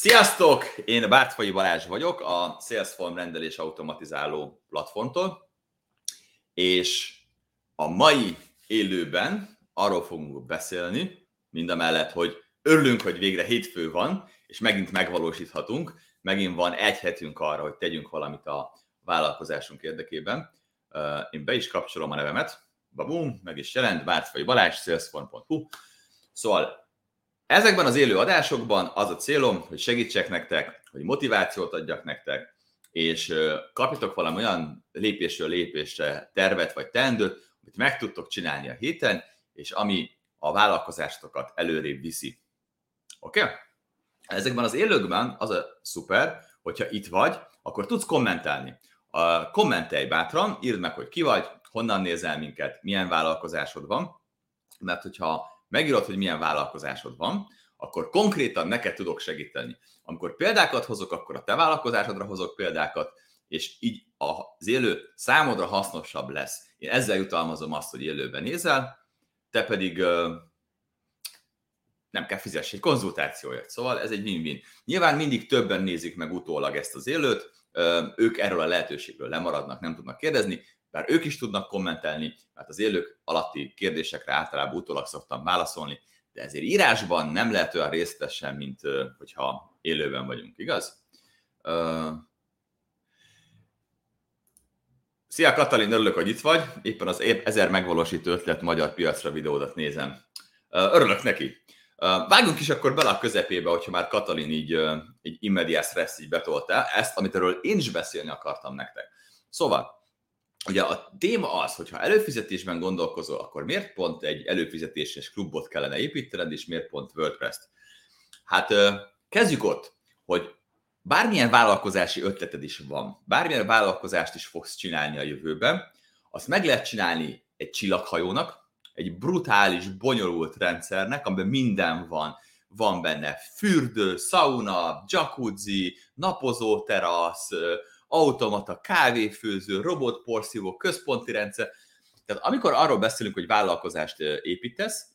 Sziasztok! Én Bártfai Balázs vagyok, a Salesforce rendelés automatizáló platformtól, és a mai élőben arról fogunk beszélni, mindamellett, hogy örülünk, hogy végre hétfő van, és megint megvalósíthatunk, megint van egy hetünk arra, hogy tegyünk valamit a vállalkozásunk érdekében. Én be is kapcsolom a nevemet, babum, meg is jelent, Bártfai Balázs, salesforce.hu. Szóval ezekben az élő adásokban az a célom, hogy segítsek nektek, hogy motivációt adjak nektek, és kapjatok valami olyan lépésről lépésre tervet vagy teendőt, amit meg tudtok csinálni a héten, és ami a vállalkozásotokat előrébb viszi. Oké? Ezekben az élőkben az a szuper, hogyha itt vagy, akkor tudsz kommentálni. Kommentelj bátran, írd meg, hogy ki vagy, honnan nézel minket, milyen vállalkozásod van, mert hogyha megírod, hogy milyen vállalkozásod van, akkor konkrétan neked tudok segíteni. Amikor példákat hozok, akkor a te vállalkozásodra hozok példákat, és így az élő számodra hasznosabb lesz. Én ezzel jutalmazom azt, hogy élőben nézel, te pedig nem kell fizess egy konzultációért. Szóval ez egy win-win. Nyilván mindig többen nézik meg utólag ezt az élőt, ők erről a lehetőségről lemaradnak, nem tudnak kérdezni, bár ők is tudnak kommentelni, mert az élők alatti kérdésekre általában utólag szoktam válaszolni, de ezért írásban nem lehet olyan részletesen, mint hogyha élőben vagyunk, igaz? Szia Katalin, örülök, hogy itt vagy. Éppen az 1000 megvalósító ötlet magyar piacra videódat nézem. Örülök neki. Vágjunk is akkor bele a közepébe, hogyha már Katalin így immediás stressz így betolta ezt, amit erről én is beszélni akartam nektek. Szóval, ugye a téma az, hogyha előfizetésben gondolkozol, akkor miért pont egy előfizetéses klubot kellene építened, és miért pont WordPress-t? Hát kezdjük ott, hogy bármilyen vállalkozási ötleted is van, bármilyen vállalkozást is fogsz csinálni a jövőben, azt meg lehet csinálni egy csillaghajónak, egy brutális, bonyolult rendszernek, amiben minden van. Van benne fürdő, szauna, jacuzzi, napozóterasz, automata, kávéfőző, robotporszívó, központi rendszer. Tehát amikor arról beszélünk, hogy vállalkozást építesz,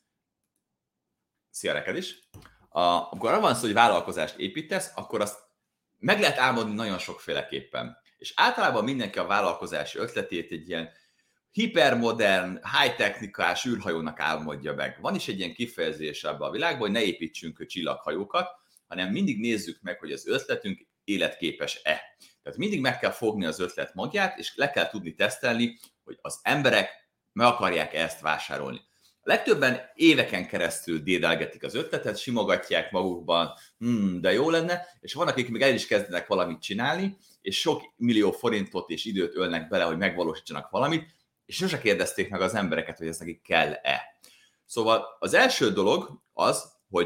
szia neked is, amikor arról van szó, hogy vállalkozást építesz, akkor azt meg lehet álmodni nagyon sokféleképpen. És általában mindenki a vállalkozási ötletét egy ilyen hipermodern, high-technikás űrhajónak álmodja meg. Van is egy ilyen kifejezés ebben a világban, hogy ne építsünk csillaghajókat, hanem mindig nézzük meg, hogy az ötletünk életképes-e. Tehát mindig meg kell fogni az ötlet magját, és le kell tudni tesztelni, hogy az emberek meg akarják ezt vásárolni. A legtöbben éveken keresztül dédelgetik az ötletet, simogatják magukban, de jó lenne, és van, akik még el is kezdenek valamit csinálni, és sok millió forintot és időt ölnek bele, hogy megvalósítsanak valamit, és sose kérdezték meg az embereket, hogy ez nekik kell-e. Szóval az első dolog az, hogy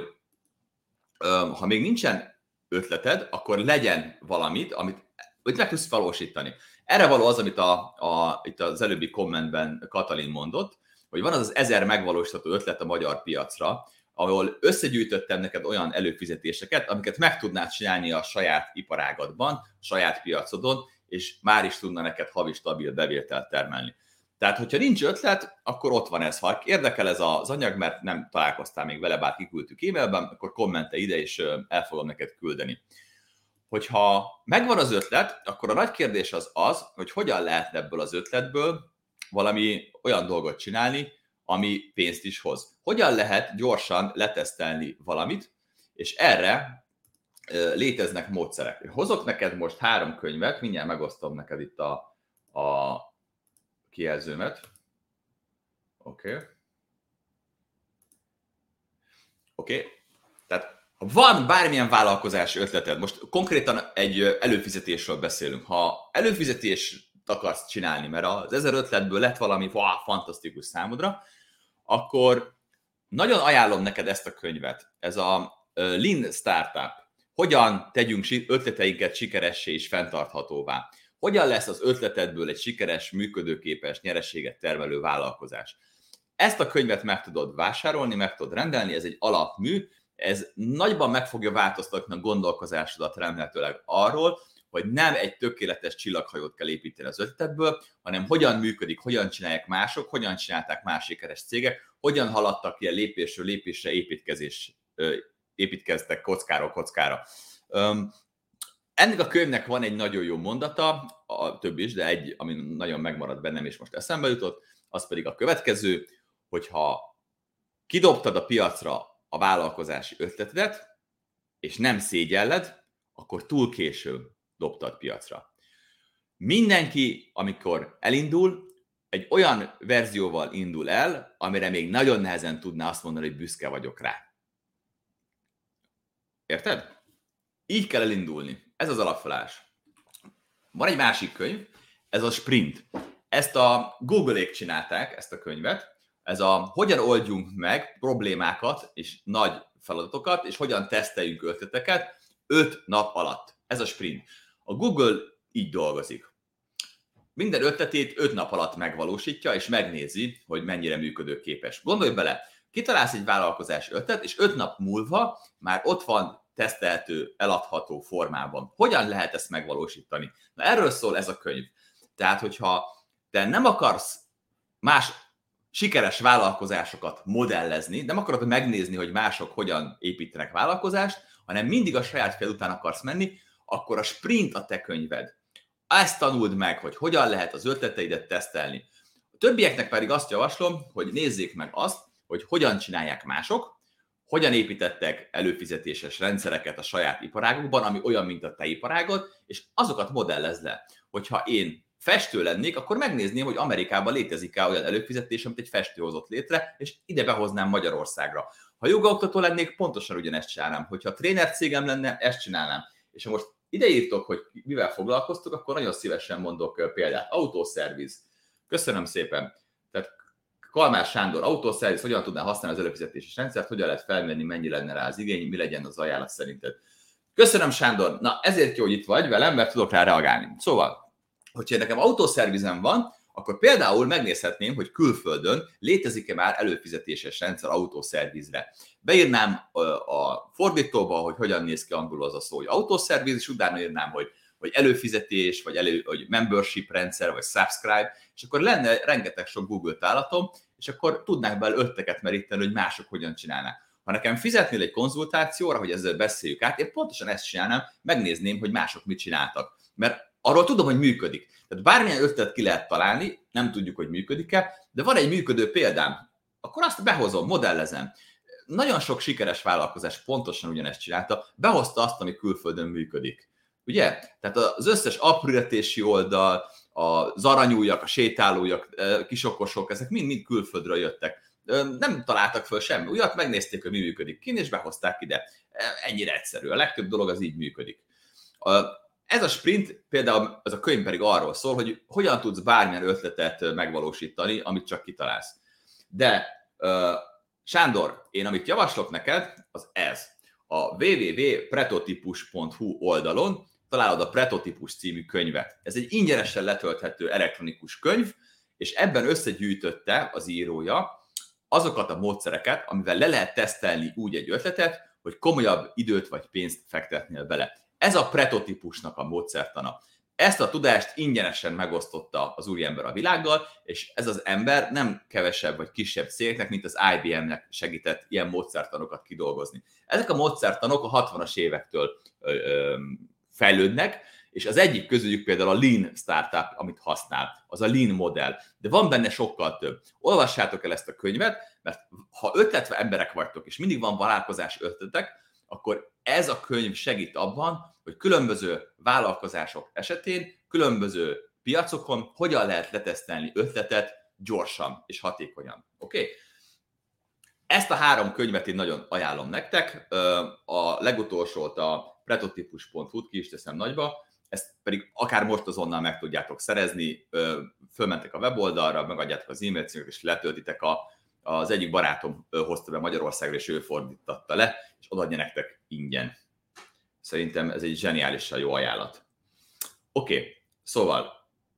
ha még nincsen ötleted, akkor legyen valamit, amit meg tudsz valósítani. Erre való az, amit itt az előbbi kommentben Katalin mondott, hogy van az 1000 megvalósítható ötlet a magyar piacra, ahol összegyűjtöttem neked olyan előfizetéseket, amiket meg tudnád csinálni a saját iparágadban, a saját piacodon, és már is tudna neked havi stabil bevételt termelni. Tehát, hogyha nincs ötlet, akkor ott van ez. Ha érdekel ez az anyag, mert nem találkoztál még vele, bár kiküldtük e-mailben, akkor kommentelj ide, és el fogom neked küldeni. Hogyha megvan az ötlet, akkor a nagy kérdés az, hogy hogyan lehetne ebből az ötletből valami olyan dolgot csinálni, ami pénzt is hoz. Hogyan lehet gyorsan letesztelni valamit, és erre léteznek módszerek. Hozok neked most 3 könyvet, mindjárt megosztom neked itt a kijelzőmet. Oké. Tehát ha van bármilyen vállalkozási ötleted, most konkrétan egy előfizetésről beszélünk. Ha előfizetést akarsz csinálni, mert az 1000 ötletből lett valami fantasztikus számodra, akkor nagyon ajánlom neked ezt a könyvet. Ez a Lean Startup. Hogyan tegyünk ötleteinket sikeressé és fenntarthatóvá. Hogyan lesz az ötletedből egy sikeres, működőképes, nyereséget termelő vállalkozás. Ezt a könyvet meg tudod vásárolni, meg tudod rendelni, ez egy alapmű, ez nagyban meg fogja változtatni a gondolkozásodat remélhetőleg arról, hogy nem egy tökéletes csillaghajót kell építeni az ötletből, hanem hogyan működik, hogyan csinálják mások, hogyan csinálták más sikeres cégek, hogyan haladtak ilyen lépésről lépésre építkeztek kockáról kockára. Ennek a könyvnek van egy nagyon jó mondata, a több is, de egy, ami nagyon megmaradt bennem, és most eszembe jutott, az pedig a következő, hogyha kidobtad a piacra a vállalkozási ötletedet, és nem szégyelled, akkor túl késő dobtad piacra. Mindenki, amikor elindul, egy olyan verzióval indul el, amire még nagyon nehezen tudná azt mondani, hogy büszke vagyok rá. Érted? Így kell elindulni. Ez az alapfelállás. Van egy másik könyv, ez a Sprint. Ezt a Google-ék csinálták, ezt a könyvet. Ez a hogyan oldjunk meg problémákat és nagy feladatokat, és hogyan teszteljünk ötleteket 5 nap alatt. Ez a Sprint. A Google így dolgozik. Minden ötletét 5 nap alatt megvalósítja, és megnézi, hogy mennyire működőképes. Gondolj bele, kitalálsz egy vállalkozási ötlet, és 5 nap múlva már ott van tesztelhető, eladható formában. Hogyan lehet ezt megvalósítani? Na, erről szól ez a könyv. Tehát, hogyha te nem akarsz más sikeres vállalkozásokat modellezni, nem akarod megnézni, hogy mások hogyan építenek vállalkozást, hanem mindig a saját fejed után akarsz menni, akkor a Sprint a te könyved. Ezt tanuld meg, hogy hogyan lehet az ötleteidet tesztelni. A többieknek pedig azt javaslom, hogy nézzék meg azt, hogy hogyan csinálják mások, hogyan építettek előfizetéses rendszereket a saját iparágokban, ami olyan, mint a te iparágod, és azokat modellezd le. Hogyha én festő lennék, akkor megnézném, hogy Amerikában létezik-e olyan előfizetés, amit egy festő hozott létre, és ide behoznám Magyarországra. Ha jogaoktató lennék, pontosan ugyanezt csinálnám. Hogyha tréner cégem lenne, ezt csinálnám. És ha most ide írtok, hogy mivel foglalkoztok, akkor nagyon szívesen mondok példát. Autószerviz. Köszönöm szépen. Tehát Kalmár Sándor, autószerviz, hogyan tudná használni az előfizetéses rendszert, hogyan lehet felmérni, mennyi lenne rá az igény, mi legyen az ajánlat szerinted. Köszönöm, Sándor. Na, ezért jó, hogy itt vagy velem, mert tudok rá reagálni. Szóval, hogyha nekem autószervizem van, akkor például megnézhetném, hogy külföldön létezik-e már előfizetéses rendszer autószervizre. Beírnám a fordítóba, hogy hogyan néz ki angolul az a szó, hogy autószerviz, és utána írnám, hogy előfizetés, vagy membership rendszer, vagy subscribe, és akkor lenne rengeteg sok Google tálatom, és akkor tudnánk belőle ötleteket meríteni, hogy mások hogyan csinálnák. Ha nekem fizetnél egy konzultációra, hogy ezzel beszéljük át, én pontosan ezt csinálnám, megnézném, hogy mások mit csináltak. Mert arról tudom, hogy működik. Tehát bármilyen ötlet ki lehet találni, nem tudjuk, hogy működik-e, de van egy működő példám, akkor azt behozom, modellezem. Nagyon sok sikeres vállalkozás pontosan ugyanezt csinálta, behozta azt, ami külföldön működik. Ugye? Tehát az összes aprőletési oldal, az aranyújak, a sétálójak, kisokosok, ezek mind külföldről jöttek. Nem találtak föl semmi újat, megnézték, hogy mi működik kint, és behozták ide. Ennyire egyszerű. A legtöbb dolog az így működik. Ez a Sprint, például ez a könyv pedig arról szól, hogy hogyan tudsz bármilyen ötletet megvalósítani, amit csak kitalálsz. De Sándor, én amit javaslok neked, az ez. A www.pretotipus.hu oldalon találod a Pretotipus című könyvet. Ez egy ingyenesen letölthető elektronikus könyv, és ebben összegyűjtötte az írója azokat a módszereket, amivel le lehet tesztelni úgy egy ötletet, hogy komolyabb időt vagy pénzt fektetnél bele. Ez a Pretotipusnak a módszertana. Ezt a tudást ingyenesen megosztotta az úriember a világgal, és ez az ember nem kevesebb vagy kisebb cégeknek, mint az IBM-nek segített ilyen módszertanokat kidolgozni. Ezek a módszertanok a 60-as évektől fejlődnek, és az egyik közülük például a Lean Startup, amit használ, az a Lean modell. De van benne sokkal több. Olvassátok el ezt a könyvet, mert ha ötletve emberek vagytok, és mindig van vállalkozás ötletek, akkor ez a könyv segít abban, hogy különböző vállalkozások esetén, különböző piacokon hogyan lehet letesztelni ötletet gyorsan és hatékonyan. Oké? Ezt a 3 könyvet én nagyon ajánlom nektek. A legutolsót a pretotipus.hu-t ki is teszem nagyba, ezt pedig akár most azonnal meg tudjátok szerezni, fölmentek a weboldalra, megadjátok az e-mail címüket, és letöltitek az egyik barátom hozta be Magyarországra, és ő fordítatta le, és odaadja nektek ingyen. Szerintem ez egy zseniálisan jó ajánlat. Oké, szóval,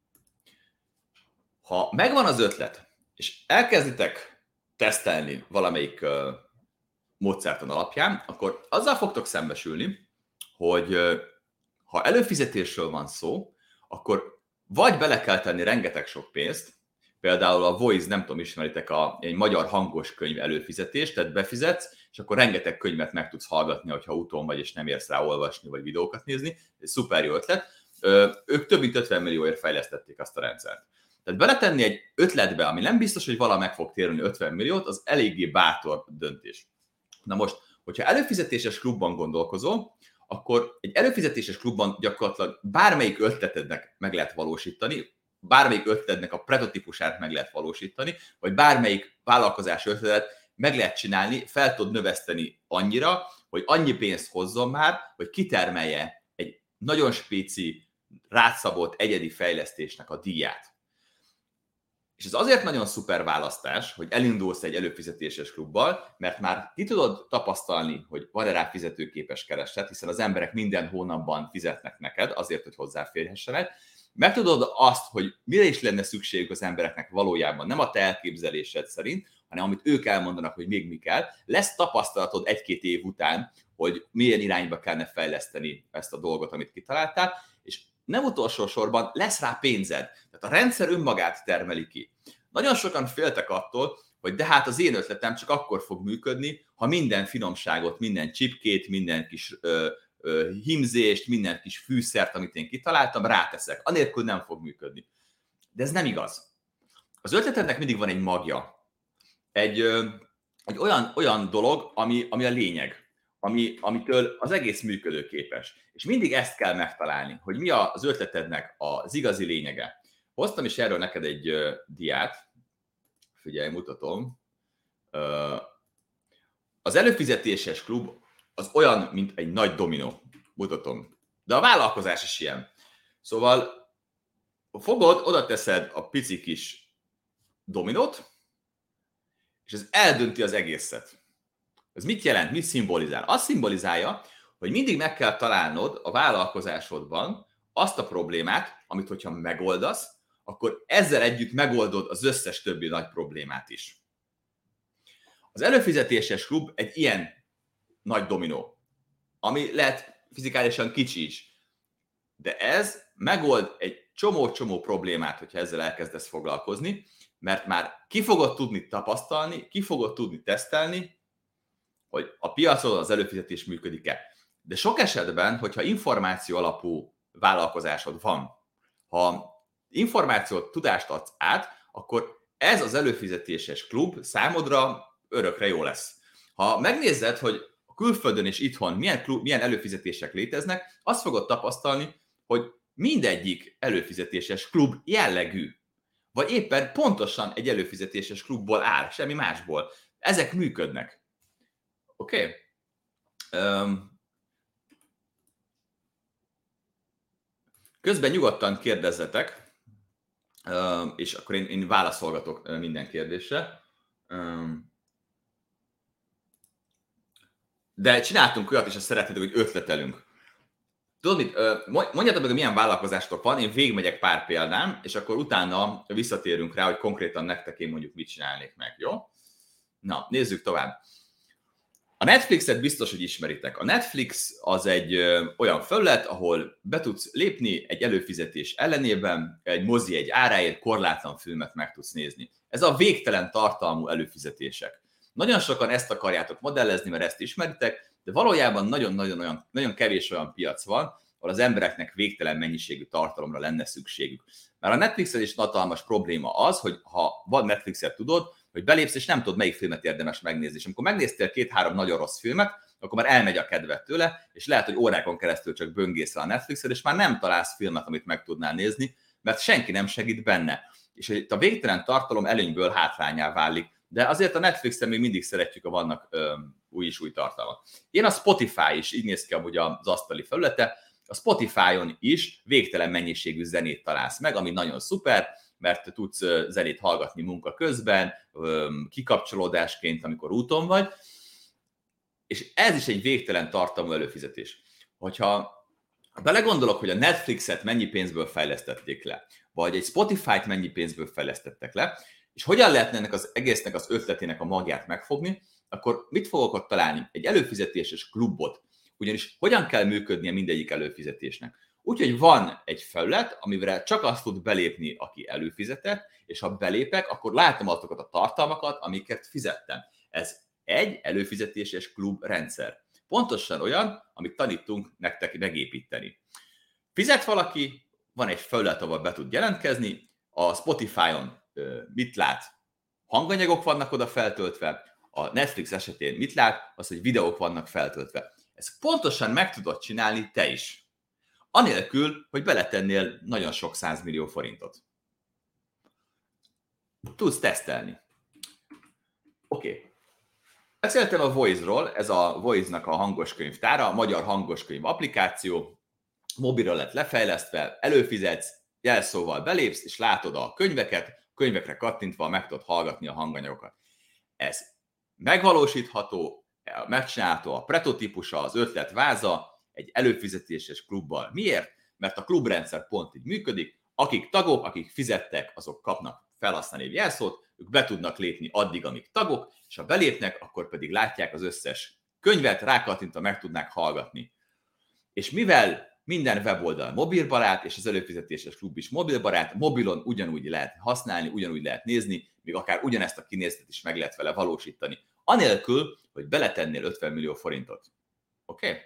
ha megvan az ötlet, és elkezditek tesztelni valamelyik módszertan alapján, akkor azzal fogtok szembesülni, hogy ha előfizetésről van szó, akkor vagy bele kell tenni rengeteg sok pénzt, például a Voice, nem tudom, ismeritek egy magyar hangos könyv előfizetést, tehát befizetsz, és akkor rengeteg könyvet meg tudsz hallgatni, hogyha úton vagy, és nem érsz rá olvasni, vagy videókat nézni. Ez szuper jó ötlet. Ők több mint 50 millióért fejlesztették azt a rendszert. Tehát beletenni egy ötletbe, ami nem biztos, hogy vala meg fog térni 50 milliót, az eléggé bátor döntés. Na most, hogyha előfizetéses klubban gondolkozol, akkor egy előfizetéses klubban gyakorlatilag bármelyik ötletednek meg lehet valósítani, bármelyik ötletednek a prototípusát meg lehet valósítani, vagy bármelyik vállalkozás ötletet meg lehet csinálni, fel tud növeszteni annyira, hogy annyi pénzt hozzon már, hogy kitermelje egy nagyon spéci, rátszabott egyedi fejlesztésnek a díját. És ez azért nagyon szuper választás, hogy elindulsz egy előfizetéses klubbal, mert már ki tudod tapasztalni, hogy van-e rá fizetőképes kereslet, hiszen az emberek minden hónapban fizetnek neked azért, hogy hozzáférhessenek. Megtudod azt, hogy mire is lenne szükségük az embereknek valójában, nem a te elképzelésed szerint, hanem amit ők elmondanak, hogy még mi kell. Lesz tapasztalatod 1-2 év után, hogy milyen irányba kellene fejleszteni ezt a dolgot, amit kitaláltál, és nem utolsó sorban lesz rá pénzed. Tehát a rendszer önmagát termeli ki. Nagyon sokan féltek attól, hogy de hát az én ötletem csak akkor fog működni, ha minden finomságot, minden csipkét, minden kis hímzést, minden kis fűszert, amit én kitaláltam, ráteszek. Anélkül nem fog működni. De ez nem igaz. Az ötletednek mindig van egy magja. Egy olyan dolog, ami a lényeg. Amitől az egész működőképes. És mindig ezt kell megtalálni, hogy mi az ötletednek az igazi lényege. Hoztam is erről neked egy diát. Figyelj, mutatom. Az előfizetéses klub az olyan, mint egy nagy dominó. Mutatom. De a vállalkozás is ilyen. Szóval fogod, oda teszed a pici kis dominót, és ez eldönti az egészet. Ez mit jelent? Mit szimbolizál? Azt szimbolizálja, hogy mindig meg kell találnod a vállalkozásodban azt a problémát, amit hogyha megoldasz, akkor ezzel együtt megoldod az összes többi nagy problémát is. Az előfizetéses klub egy ilyen nagy dominó, ami lehet fizikálisan kicsi is, de ez megold egy csomó problémát, hogyha ezzel elkezdesz foglalkozni, mert már ki fogod tudni tapasztalni, ki fogod tudni tesztelni, hogy a piacon az előfizetés működik-e. De sok esetben, hogyha információ alapú vállalkozásod van, ha információt, tudást adsz át, akkor ez az előfizetéses klub számodra örökre jó lesz. Ha megnézed, hogy a külföldön és itthon milyen előfizetések léteznek, azt fogod tapasztalni, hogy mindegyik előfizetéses klub jellegű. Vagy éppen pontosan egy előfizetéses klubból áll, semmi másból. Ezek működnek. Oké? Közben nyugodtan kérdezzetek, és akkor én válaszolgatok minden kérdésre. De csináltunk olyat, és azt szeretnétek, hogy ötletelünk. Tudod mit? Mondjátok meg, hogy milyen vállalkozástotok van, én végigmegyek pár példán, és akkor utána visszatérünk rá, hogy konkrétan nektek én mondjuk mit csinálnék meg, jó? Na, nézzük tovább. A Netflixet biztos, hogy ismeritek. A Netflix az egy olyan felület, ahol be tudsz lépni egy előfizetés ellenében, egy mozi egy áráért korlátlan filmet meg tudsz nézni. Ez a végtelen tartalmú előfizetések. Nagyon sokan ezt akarjátok modellezni, mert ezt ismeritek, de valójában nagyon kevés olyan piac van, ahol az embereknek végtelen mennyiségű tartalomra lenne szükségük. Mert a Netflixen is hatalmas probléma az, hogy ha van Netflixet, tudod, hogy belépsz, és nem tudod, melyik filmet érdemes megnézni. És amikor megnéztél 2-3 nagyon rossz filmet, akkor már elmegy a kedved tőle, és lehet, hogy órákon keresztül csak böngész a Netflixen, és már nem találsz filmet, amit meg tudnál nézni, mert senki nem segít benne. És itt a végtelen tartalom előnyből hátrányá válik. De azért a Netflixen még mindig szeretjük, ha vannak új és új tartalmak. Én a Spotify is, így néz ki amúgy az asztali felülete, a Spotify-on is végtelen mennyiségű zenét találsz meg, ami nagyon szuper, mert tudsz zenét hallgatni munka közben, kikapcsolódásként, amikor úton vagy, és ez is egy végtelen tartalmú előfizetés. Hogyha belegondolok, hogy a Netflixet mennyi pénzből fejlesztették le, vagy egy Spotify-t mennyi pénzből fejlesztettek le, és hogyan lehetne ennek az egésznek az ötletének a magját megfogni, akkor mit fogok ott találni? Egy előfizetéses klubot. Ugyanis hogyan kell működnie mindegyik előfizetésnek? Úgyhogy van egy felület, amivel csak azt tud belépni, aki előfizetett, és ha belépek, akkor látom azokat a tartalmakat, amiket fizettem. Ez egy előfizetéses klubrendszer. Pontosan olyan, amit tanítunk nektek megépíteni. Fizet valaki, van egy felület, ahol be tud jelentkezni, a Spotify-on mit lát? Hanganyagok vannak oda feltöltve, a Netflix esetén mit lát? Az, hogy videók vannak feltöltve. Ezt pontosan meg tudod csinálni te is. Anélkül, hogy beletennél nagyon sok 100 millió forintot. Tudsz tesztelni. Oké. Beszéltem a Voice-ról, ez a Voice-nak a hangoskönyvtára, a magyar hangoskönyv applikáció, mobilra lett lefejlesztve, előfizetsz, jelszóval belépsz, és látod a könyvekre kattintva meg tudod hallgatni a hanganyagokat. Ez megvalósítható, megcsinálható a prototípusa, az ötlet váza egy előfizetéses klubbal. Miért? Mert a klubrendszer pont így működik, akik tagok, akik fizettek, azok kapnak felhasználói jelszót, ők be tudnak lépni addig, amíg tagok, és ha belépnek, akkor pedig látják az összes könyvet, rákattintva meg tudnák hallgatni. És mivel minden weboldal mobilbarát, és az előfizetéses klub is mobilbarát, mobilon ugyanúgy lehet használni, ugyanúgy lehet nézni, még akár ugyanezt a kinézetet is meg lehet vele valósítani. Anélkül, hogy beletennél 50 millió forintot. Oké?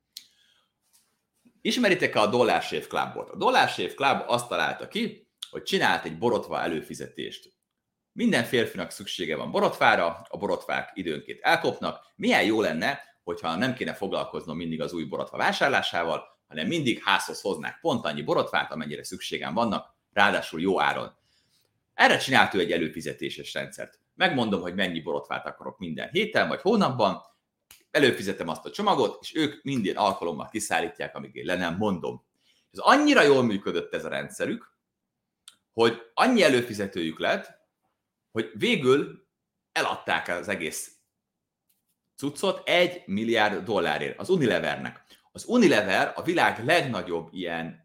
Ismeritek-e a Dollar Shave Clubot? A Dollar Shave Club azt találta ki, hogy csinált egy borotva előfizetést. Minden férfinak szüksége van borotvára, a borotvák időnként elkopnak. Milyen jó lenne, hogyha nem kéne foglalkoznom mindig az új borotva vásárlásával, hanem mindig házhoz hoznák pont annyi borotvát, amennyire szükségem vannak, ráadásul jó áron. Erre csinált ő egy előfizetéses rendszert. Megmondom, hogy mennyi borotvát akarok minden héten vagy hónapban, előfizetem azt a csomagot, és ők minden alkalommal kiszállítják, amíg én le nem mondom. Ez annyira jól működött ez a rendszerük, hogy annyi előfizetőjük lett, hogy végül eladták az egész cuccot $1 milliárd az Unilevernek. Az Unilever a világ legnagyobb ilyen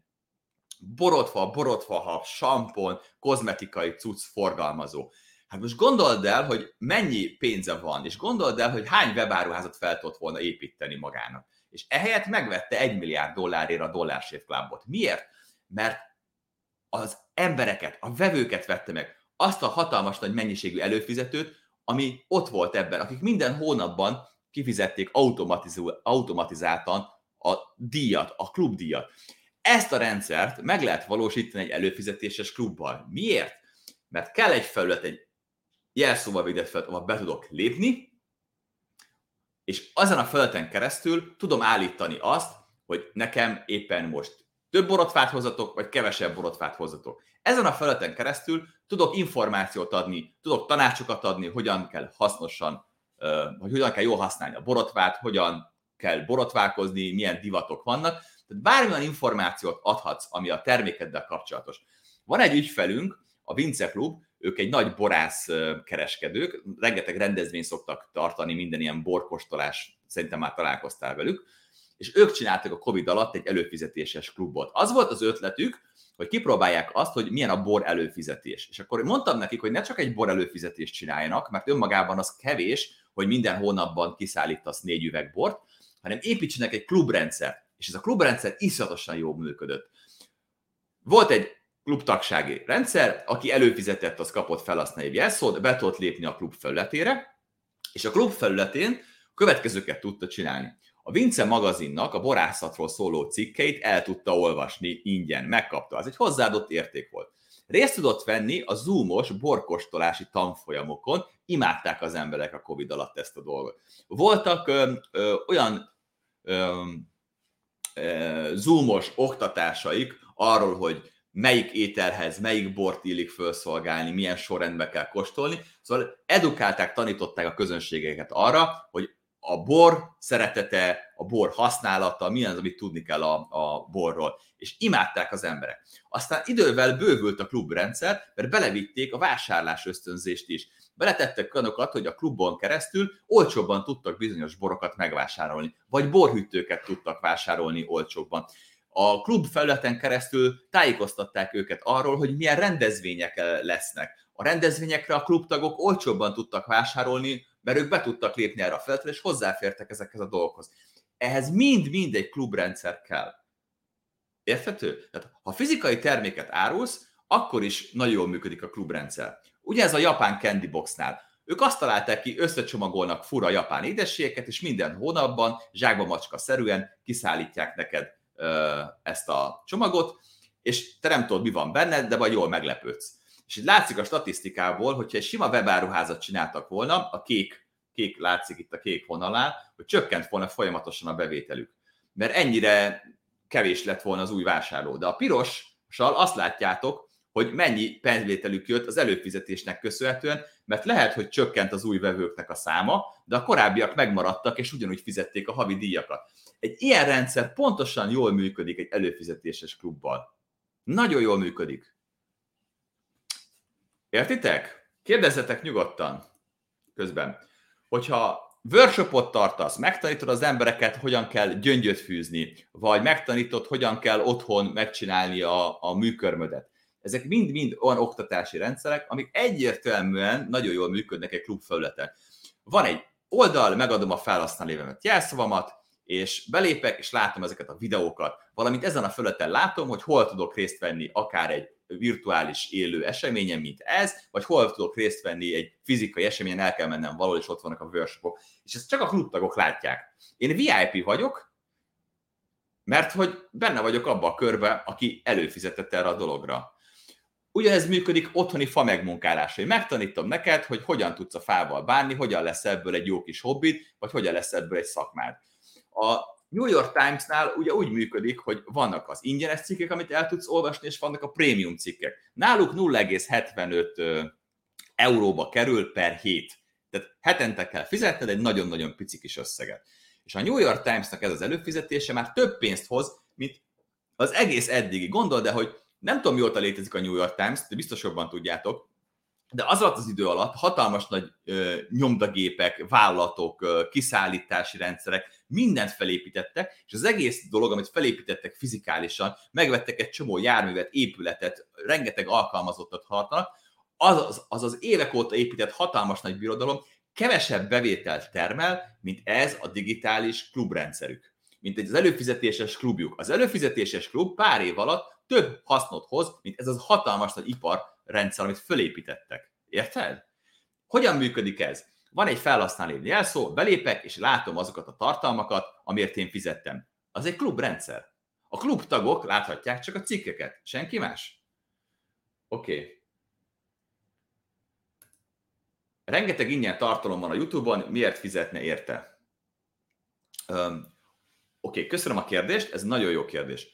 borotva, sampon, kozmetikai cucc forgalmazó. Hát most gondold el, hogy mennyi pénze van, és gondold el, hogy hány webáruházat fel tudott volna építeni magának. És ehelyett megvette $1 milliárd a Dollar Shave Clubot. Miért? Mert az embereket, a vevőket vette meg, azt a hatalmas nagy mennyiségű előfizetőt, ami ott volt ebben, akik minden hónapban kifizették automatizáltan a díjat, a klubdíjat. Ezt a rendszert meg lehet valósítani egy előfizetéses klubbal. Miért? Mert kell egy felület, egy jelszóval védett felület, ahol be tudok lépni, és azon a felületen keresztül tudom állítani azt, hogy nekem éppen most több borotvát hozatok, vagy kevesebb borotvát hozatok. Ezen a felületen keresztül tudok információt adni, tudok tanácsokat adni, hogyan kell hasznosan, vagy hogyan kell jól használni a borotvát, hogyan kell borotválkozni, milyen divatok vannak. Tehát bármilyen információt adhatsz, ami a termékeddel kapcsolatos. Van egy ügyfelünk, a Vince Klub, ők egy nagy borász kereskedők, rengeteg rendezvényt szoktak tartani, minden ilyen borkóstolás, szerintem már találkoztál velük, és ők csináltak a Covid alatt egy előfizetéses klubot. Az volt az ötletük, hogy kipróbálják azt, hogy milyen a bor előfizetés. És akkor mondtam nekik, hogy ne csak egy bor előfizetést csináljanak, mert önmagában az kevés, hogy minden hónapban kiszállítasz 4 üveg bort, hanem építsenek egy klubrendszert. És ez a klubrendszer iszonyatosan jól működött. Volt egy klubtagsági rendszer, aki előfizetett, az kapott felhasználói jelszót, be tudott lépni a klub felületére, és a klub felületén következőket tudta csinálni. A Vince magazinnak a borászatról szóló cikkeit el tudta olvasni ingyen, megkapta. Ez egy hozzáadott érték volt. Részt tudott venni a Zoom-os borkóstolási tanfolyamokon, imádták az emberek a Covid alatt ezt a dolgot. Voltak olyan Zoom-os oktatásaik arról, hogy melyik ételhez, melyik bort illik felszolgálni, milyen sorrendben kell kóstolni. Szóval edukálták, tanították a közönségeket arra, hogy a bor szeretete, a bor használata, milyen az, amit tudni kell a borról. És imádták az emberek. Aztán idővel bővült a klubrendszer, mert belevitték a vásárlás ösztönzést is. Beletettek olyanokat, hogy a klubon keresztül olcsóbban tudtak bizonyos borokat megvásárolni, vagy borhűtőket tudtak vásárolni olcsóbban. A klub felületen keresztül tájékoztatták őket arról, hogy milyen rendezvények lesznek. A rendezvényekre a klubtagok olcsóbban tudtak vásárolni, mert ők be tudtak lépni erre a felületre, és hozzáfértek ezekhez a dolgokhoz. Ehhez mind-mind egy klubrendszer kell. Érthető? Tehát, ha fizikai terméket árulsz, akkor is nagyon jól működik a klubrendszer. Ugye ez a japán Candy Boxnál. Ők azt találták ki, összecsomagolnak fura japán édességeket, és minden hónapban zsákba macska szerűen kiszállítják neked ezt a csomagot, és te nem tudod, mi van benned, de vagy jól meglepődsz. És így látszik a statisztikából, hogyha egy sima webáruházat csináltak volna, a kék látszik itt a kék vonalán, hogy csökkent volna folyamatosan a bevételük. Mert ennyire kevés lett volna az új vásárló. De a pirossal azt látjátok, hogy mennyi pénzvételük jött az előfizetésnek köszönhetően, mert lehet, hogy csökkent az új vevőknek a száma, de a korábbiak megmaradtak, és ugyanúgy fizették a havi díjakat. Egy ilyen rendszer pontosan jól működik egy előfizetéses klubbal. Nagyon jól működik. Értitek? Kérdezzetek nyugodtan közben. Hogyha workshopot tartasz, megtanítod az embereket, hogyan kell gyöngyöt fűzni, vagy megtanítod, hogyan kell otthon megcsinálni a műkörmödet. Ezek mind-mind olyan oktatási rendszerek, amik egyértelműen nagyon jól működnek egy klubfelületen. Van egy oldal, megadom a felhasználónevemet, jelszavamat, és belépek, és látom ezeket a videókat. Valamint ezen a felületen látom, hogy hol tudok részt venni akár egy virtuális élő eseményen, mint ez, vagy hol tudok részt venni egy fizikai eseményen, el kell mennem valahol, és ott vannak a workshopok. És ezt csak a klubtagok látják. Én VIP vagyok, mert hogy benne vagyok abba a körbe, aki előfizetett erre a dologra. Ugyanez működik otthoni fa megmunkálásra. Én megtanítom neked, hogy hogyan tudsz a fával bánni, hogyan lesz ebből egy jó kis hobbid, vagy hogyan lesz ebből egy szakmád. A New York Times-nál ugye úgy működik, hogy vannak az ingyenes cikkek, amit el tudsz olvasni, és vannak a prémium cikkek. Náluk 0,75 euróba kerül per hét. Tehát hetente kell fizetned egy nagyon-nagyon pici kis összeget. És a New York Times-nak ez az előfizetése már több pénzt hoz, mint az egész eddigi. Gondold, hogy nem tudom, mióta létezik a New York Times, de biztos jobban tudjátok, de az alatt az idő alatt hatalmas nagy nyomdagépek, vállalatok, kiszállítási rendszerek, mindent felépítettek, és az egész dolog, amit felépítettek fizikálisan, megvettek egy csomó járművet, épületet, rengeteg alkalmazottat tartanak, az évek óta épített hatalmas nagy birodalom kevesebb bevételt termel, mint ez a digitális klubrendszerük. Mint egy az előfizetéses klubjuk. Az előfizetéses klub pár év alatt több hasznot hoz, mint ez az hatalmas nagy iparrendszer, amit fölépítettek. Érted? Hogyan működik ez? Van egy felhasználó jelszó, belépek, és látom azokat a tartalmakat, amiért én fizettem. Az egy klubrendszer. A klubtagok láthatják csak a cikkeket. Senki más? Oké. Rengeteg ingyen tartalom van a YouTube-on, miért fizetne érte? Oké, köszönöm a kérdést, ez nagyon jó kérdés.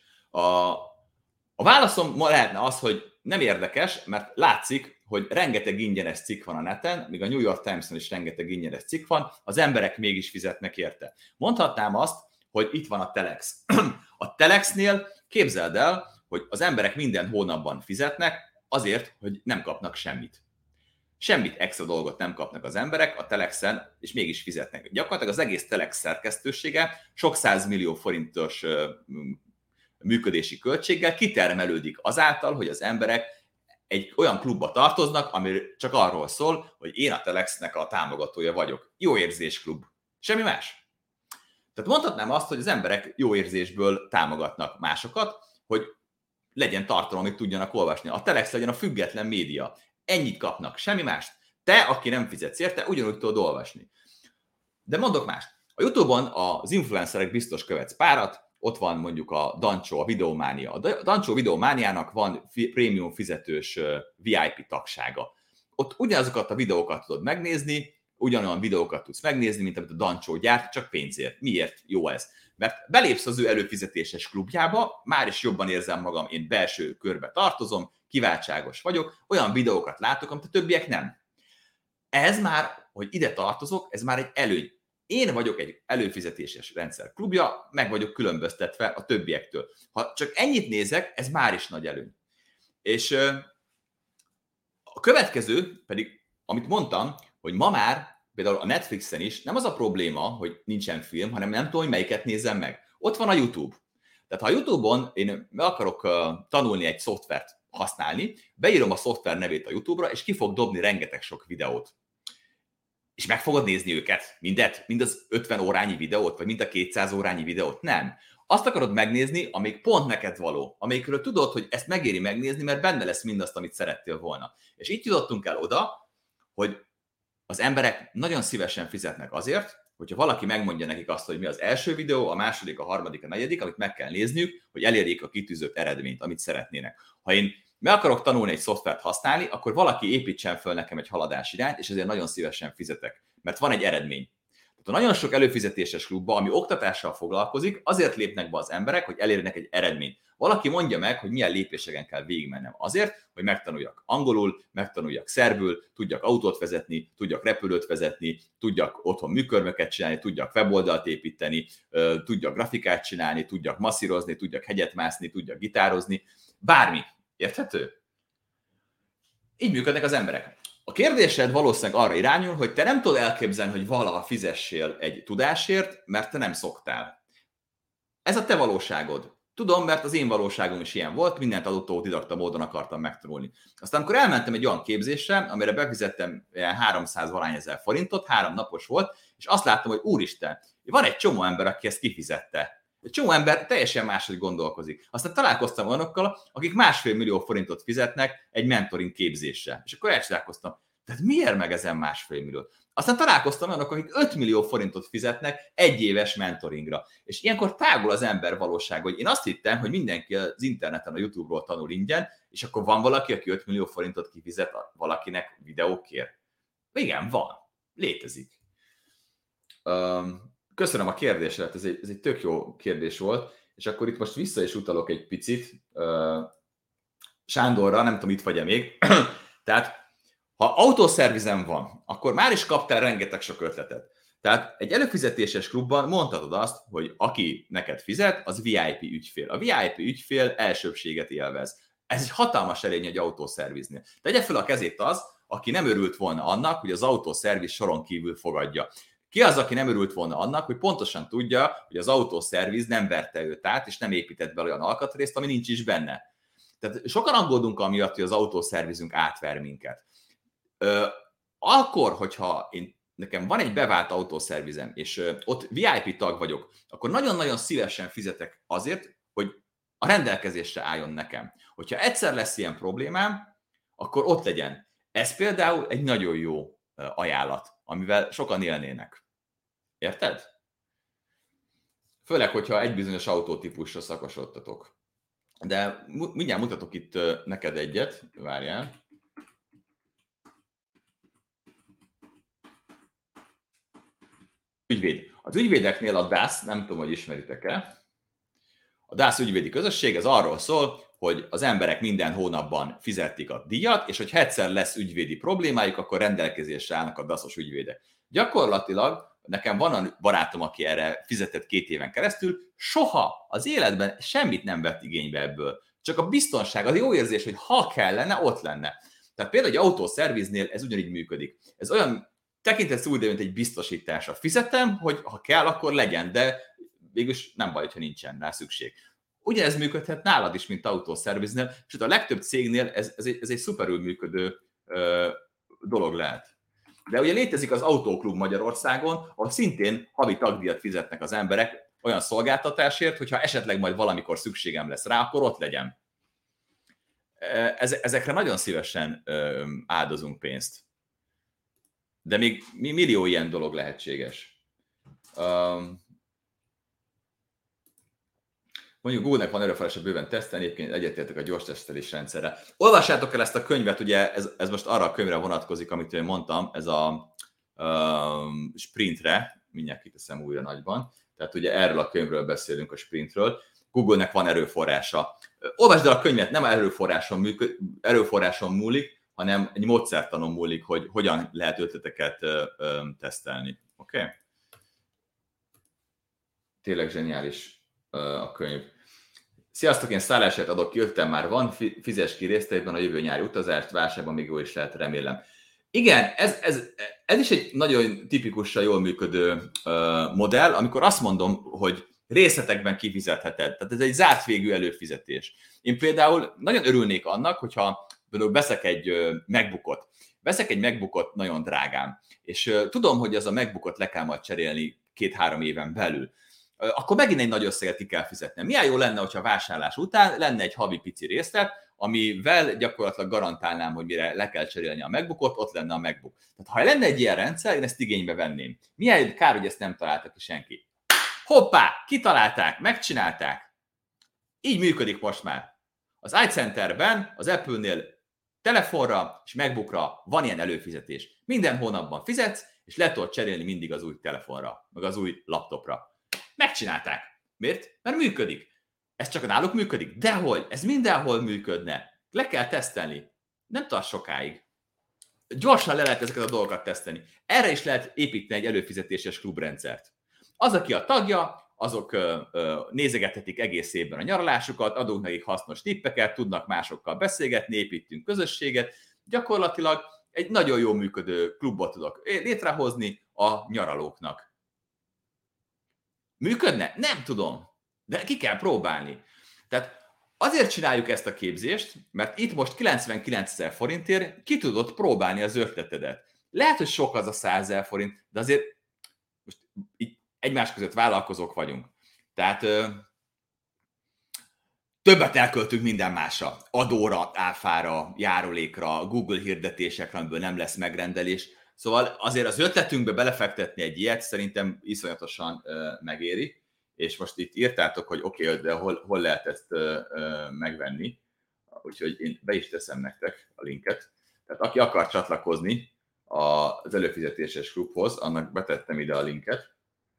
A válaszom ma lehetne az, hogy nem érdekes, mert látszik, hogy rengeteg ingyenes cikk van a neten, míg a New York Times-on is rengeteg ingyenes cikk van, az emberek mégis fizetnek érte. Mondhatnám azt, hogy itt van a Telex. A Telexnél képzeld el, hogy az emberek minden hónapban fizetnek azért, hogy nem kapnak semmit. Semmit extra dolgot nem kapnak az emberek a Telexen, és mégis fizetnek. Gyakorlatilag az egész Telex szerkesztősége sok 100 millió forintos működési költséggel kitermelődik azáltal, hogy az emberek egy olyan klubba tartoznak, ami csak arról szól, hogy én a Telexnek a támogatója vagyok. Jó érzés klub. Semmi más. Tehát mondhatnám azt, hogy az emberek jó érzésből támogatnak másokat, hogy legyen tartalom, amit tudjanak olvasni. A Telex legyen a független média. Ennyit kapnak, semmi mást. Te, aki nem fizetsz érte, ugyanúgy tudod olvasni. De mondok mást. A YouTube-on az influencerek biztos követsz párat, ott van mondjuk a Dancsó, a Videománia. A Dancsó Videomániának van prémium fizetős VIP tagsága. Ott ugyanazokat a videókat tudod megnézni, ugyanolyan videókat tudsz megnézni, mint amit a Dancsó gyárt, csak pénzért. Miért jó ez? Mert belépsz az ő előfizetéses klubjába, már is jobban érzem magam, én belső körbe tartozom, kiváltságos vagyok, olyan videókat látok, amit a többiek nem. Ez már, hogy ide tartozok, ez már egy előny. Én vagyok egy előfizetéses rendszer klubja, meg vagyok különböztetve a többiektől. Ha csak ennyit nézek, ez már is nagy előny. És a következő pedig, amit mondtam, hogy ma már például a Netflixen is nem az a probléma, hogy nincsen film, hanem nem tudom, hogy melyiket nézzem meg. Ott van a YouTube. Tehát ha a YouTube-on én meg akarok tanulni egy szoftvert használni, beírom a szoftver nevét a YouTube-ra, és ki fog dobni rengeteg sok videót. És meg fogod nézni őket, mindet, mind az 50 órányi videót, vagy mind a 200 órányi videót? Nem. Azt akarod megnézni, amíg pont neked való, amelyikről tudod, hogy ezt megéri megnézni, mert benne lesz mindazt, amit szerettél volna. És itt jutottunk el oda, hogy az emberek nagyon szívesen fizetnek azért, hogyha valaki megmondja nekik azt, hogy mi az első videó, a második, a harmadik, a negyedik, amit meg kell nézniük, hogy elérjék a kitűzött eredményt, amit szeretnének. Ha én meg akarok tanulni egy szoftvert használni, akkor valaki építsen föl nekem egy haladás irányt, és ezért nagyon szívesen fizetek, mert van egy eredmény. Tehát nagyon sok előfizetéses klubban, ami oktatással foglalkozik, azért lépnek be az emberek, hogy elérjenek egy eredményt. Valaki mondja meg, hogy milyen lépéseken kell végigmennem azért, hogy megtanuljak angolul, megtanuljak szerbül, tudjak autót vezetni, tudjak repülőt vezetni, tudjak otthon műkörmöket csinálni, tudjak weboldalt építeni, tudjak grafikát csinálni, tudjak masszírozni, tudjak hegyet mászni, tudjak gitározni, bármi. Érthető? Így működnek az emberek. A kérdésed valószínűleg arra irányul, hogy te nem tudod elképzelni, hogy valaha fizessél egy tudásért, mert te nem szoktál. Ez a te valóságod. Tudom, mert az én valóságom is ilyen volt, mindent autodidakta módon akartam megtanulni. Aztán amikor elmentem egy olyan képzésre, amire befizettem 300 valány ezer forintot, 3 napos volt, és azt láttam, hogy úristen, van egy csomó ember, aki ezt kifizette. Egy csomó ember teljesen máshogy gondolkozik. Aztán találkoztam olyanokkal, akik 1,5 millió forintot fizetnek egy mentoring képzésre. És akkor elcsodálkoztam, tehát miért meg ezen 1,5 millió? Aztán találkoztam olyanok, akik 5 millió forintot fizetnek egy éves mentoringra. És ilyenkor tágul az ember valóság, hogy én azt hittem, hogy mindenki az interneten, a YouTube-ról tanul ingyen, és akkor van valaki, aki 5 millió forintot kifizet valakinek videókért. Igen, van. Létezik. Köszönöm a kérdéset, ez egy tök jó kérdés volt, és akkor itt most vissza is utalok egy picit Sándorra, nem tudom, itt vagy-e még. Tehát, ha autószervizem van, akkor már is kaptál rengeteg sok ötletet. Tehát egy előfizetéses klubban mondhatod azt, hogy aki neked fizet, az VIP ügyfél. A VIP ügyfél elsőbséget élvez. Ez egy hatalmas erény egy autószerviznél. Tegye fel a kezét az, aki nem örült volna annak, hogy az autószerviz soron kívül fogadja. Ki az, aki nem örült volna annak, hogy pontosan tudja, hogy az autószerviz nem verte őt át, és nem épített be olyan alkatrészt, ami nincs is benne. Tehát sokan aggódunk amiatt, hogy az autószervizünk átver minket. Akkor, hogyha nekem van egy bevált autószervizem, és ott VIP tag vagyok, akkor nagyon-nagyon szívesen fizetek azért, hogy a rendelkezésre álljon nekem. Hogyha egyszer lesz ilyen problémám, akkor ott legyen. Ez például egy nagyon jó ajánlat, amivel sokan élnének. Érted? Főleg, hogyha egy bizonyos autótípusra szakosodtatok. De mindjárt mutatok itt neked egyet, várjál. Ügyvéd. Az ügyvédeknél a DAS, nem tudom, hogy ismeritek-e, a DAS ügyvédi közösség, ez arról szól, hogy az emberek minden hónapban fizetik a díjat, és hogy egyszer lesz ügyvédi problémájuk, akkor rendelkezésre állnak a DAS-os ügyvédek. Gyakorlatilag nekem van a barátom, aki erre fizetett 2 éven keresztül, soha az életben semmit nem vett igénybe ebből. Csak a biztonság, az jó érzés, hogy ha kellene, ott lenne. Tehát például egy autószerviznél ez ugyanígy működik. Ez olyan tekintetsz úgy, mint egy biztosításra. Fizetem, hogy ha kell, akkor legyen, de végülis nem baj, ha nincsen rá szükség. Ugyanez működhet nálad is, mint autószerviznél, és a legtöbb cégnél ez egy szuperül működő dolog lehet. De ugye létezik az Autóklub Magyarországon, ahol szintén havi tagdíjat fizetnek az emberek olyan szolgáltatásért, hogyha esetleg majd valamikor szükségem lesz rá, akkor ott legyen. Ezekre nagyon szívesen áldozunk pénzt. De még millió ilyen dolog lehetséges. Mondjuk Google-nek van erőforrása bőven tesztelni, egyébként egyetértek a gyors tesztelés rendszerre. Olvassátok el ezt a könyvet, ugye ez most arra a könyvre vonatkozik, amit én mondtam, ez a sprintre, mindjárt kiteszem újra nagyban, tehát ugye erről a könyvről beszélünk, a sprintről. Google-nek van erőforrása. Olvasd el a könyvet, nem erőforráson múlik, hanem egy módszertanon múlik, hogy hogyan lehet ötleteket tesztelni. Oké? Okay? Tényleg zseniális a könyv. Sziasztok, én szállásért adok ki, 5 már van, fizes ki részletben a jövő nyári utazást, válságban még jó is lehet, remélem. Igen, ez is egy nagyon tipikusan jól működő modell, amikor azt mondom, hogy részletekben kifizetheted. Tehát ez egy zárt végű előfizetés. Én például nagyon örülnék annak, hogyha például veszek egy MacBookot. Veszek egy MacBookot nagyon drágán, és tudom, hogy az a MacBookot le kell majd cserélni 2-3 éven belül. Akkor megint egy nagy összeget ki kell fizetnem. Milyen jó lenne, hogyha a vásárlás után lenne egy havi pici részlet, amivel gyakorlatilag garantálnám, hogy mire le kell cserélni a MacBookot, ott lenne a MacBook. Tehát ha lenne egy ilyen rendszer, én ezt igénybe venném. Milyen kár, hogy ezt nem találta ki senki. Hoppá, kitalálták, megcsinálták. Így működik most már. Az iCenterben, az Apple-nél telefonra és MacBookra van ilyen előfizetés. Minden hónapban fizetsz, és le tudod cserélni mindig az új telefonra, meg az új laptopra. Megcsinálták. Miért? Mert működik. Ez csak náluk működik? Dehogy, ez mindenhol működne. Le kell tesztelni. Nem tart sokáig. Gyorsan le lehet ezeket a dolgokat tesztelni. Erre is lehet építeni egy előfizetéses klubrendszert. Az, aki a tagja, azok nézegethetik egész évben a nyaralásukat, adunk nekik hasznos tippeket, tudnak másokkal beszélgetni, építünk közösséget. Gyakorlatilag egy nagyon jól működő klubot tudok létrehozni a nyaralóknak. Működne? Nem tudom, de ki kell próbálni. Tehát azért csináljuk ezt a képzést, mert itt most 99 000 forintért ki tudod próbálni az ötletedet. Lehet, hogy sok az a 100 000 forint, de azért most így egymás között vállalkozók vagyunk. Tehát többet elköltünk minden másra. Adóra, áfára, járulékra, Google hirdetésekre, amiből nem lesz megrendelés. Szóval azért az ötletünkbe belefektetni egy ilyet szerintem iszonyatosan megéri. És most itt írtátok, hogy oké, de hol lehet ezt megvenni. Úgyhogy én be is teszem nektek a linket. Tehát aki akar csatlakozni az előfizetéses klubhoz, annak betettem ide a linket.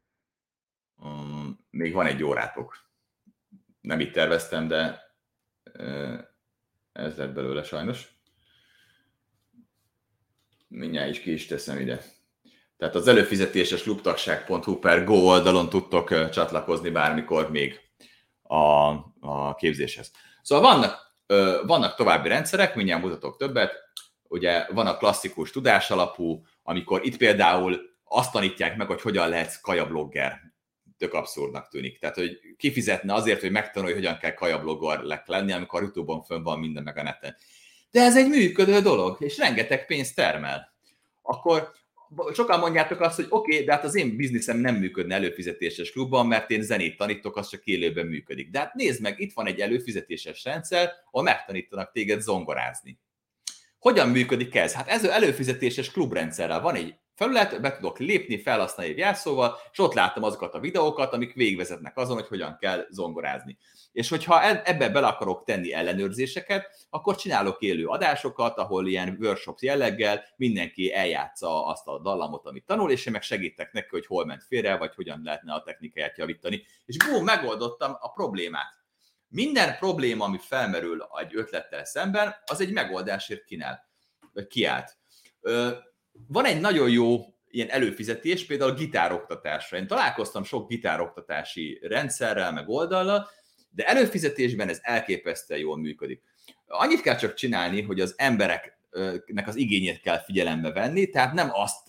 Még van egy órátok. Nem így terveztem, de ez lett belőle sajnos. Mindjárt is ki is teszem ide. Tehát az előfizetéses klubtagság.hu/go oldalon tudtok csatlakozni bármikor még a képzéshez. Szóval vannak további rendszerek, mindjárt mutatok többet. Ugye van a klasszikus tudásalapú, amikor itt például azt tanítják meg, hogy hogyan lehetsz kajablogger. Tök abszurdnak tűnik. Tehát, hogy kifizetne azért, hogy megtanulj, hogyan kell kajablogger lenni, amikor YouTube-on fönn van minden meg a neten. De ez egy működő dolog, és rengeteg pénzt termel. Akkor sokan mondjátok azt, hogy oké, de hát az én bizniszem nem működne előfizetéses klubban, mert én zenét tanítok, az csak élőben működik. De hát nézd meg, itt van egy előfizetéses rendszer, ahol megtanítanak téged zongorázni. Hogyan működik ez? Hát ez előfizetéses klubrendszerrel van egy felület, be tudok lépni felhasználói jelszóval, és ott látom azokat a videókat, amik végigvezetnek azon, hogy hogyan kell zongorázni. És hogyha ebbe bele akarok tenni ellenőrzéseket, akkor csinálok élő adásokat, ahol ilyen workshop jelleggel mindenki eljátsza azt a dallamot, amit tanul, és én meg segítek neki, hogy hol ment félre, vagy hogyan lehetne a technikáját javítani. És bum, megoldottam a problémát. Minden probléma, ami felmerül egy ötlettel szemben, az egy megoldásért kiállt. Van egy nagyon jó ilyen előfizetés, például gitároktatásra. Én találkoztam sok gitároktatási rendszerrel, meg oldallal, de előfizetésben ez elképesztően jól működik. Annyit kell csak csinálni, hogy az embereknek az igényét kell figyelembe venni, tehát nem azt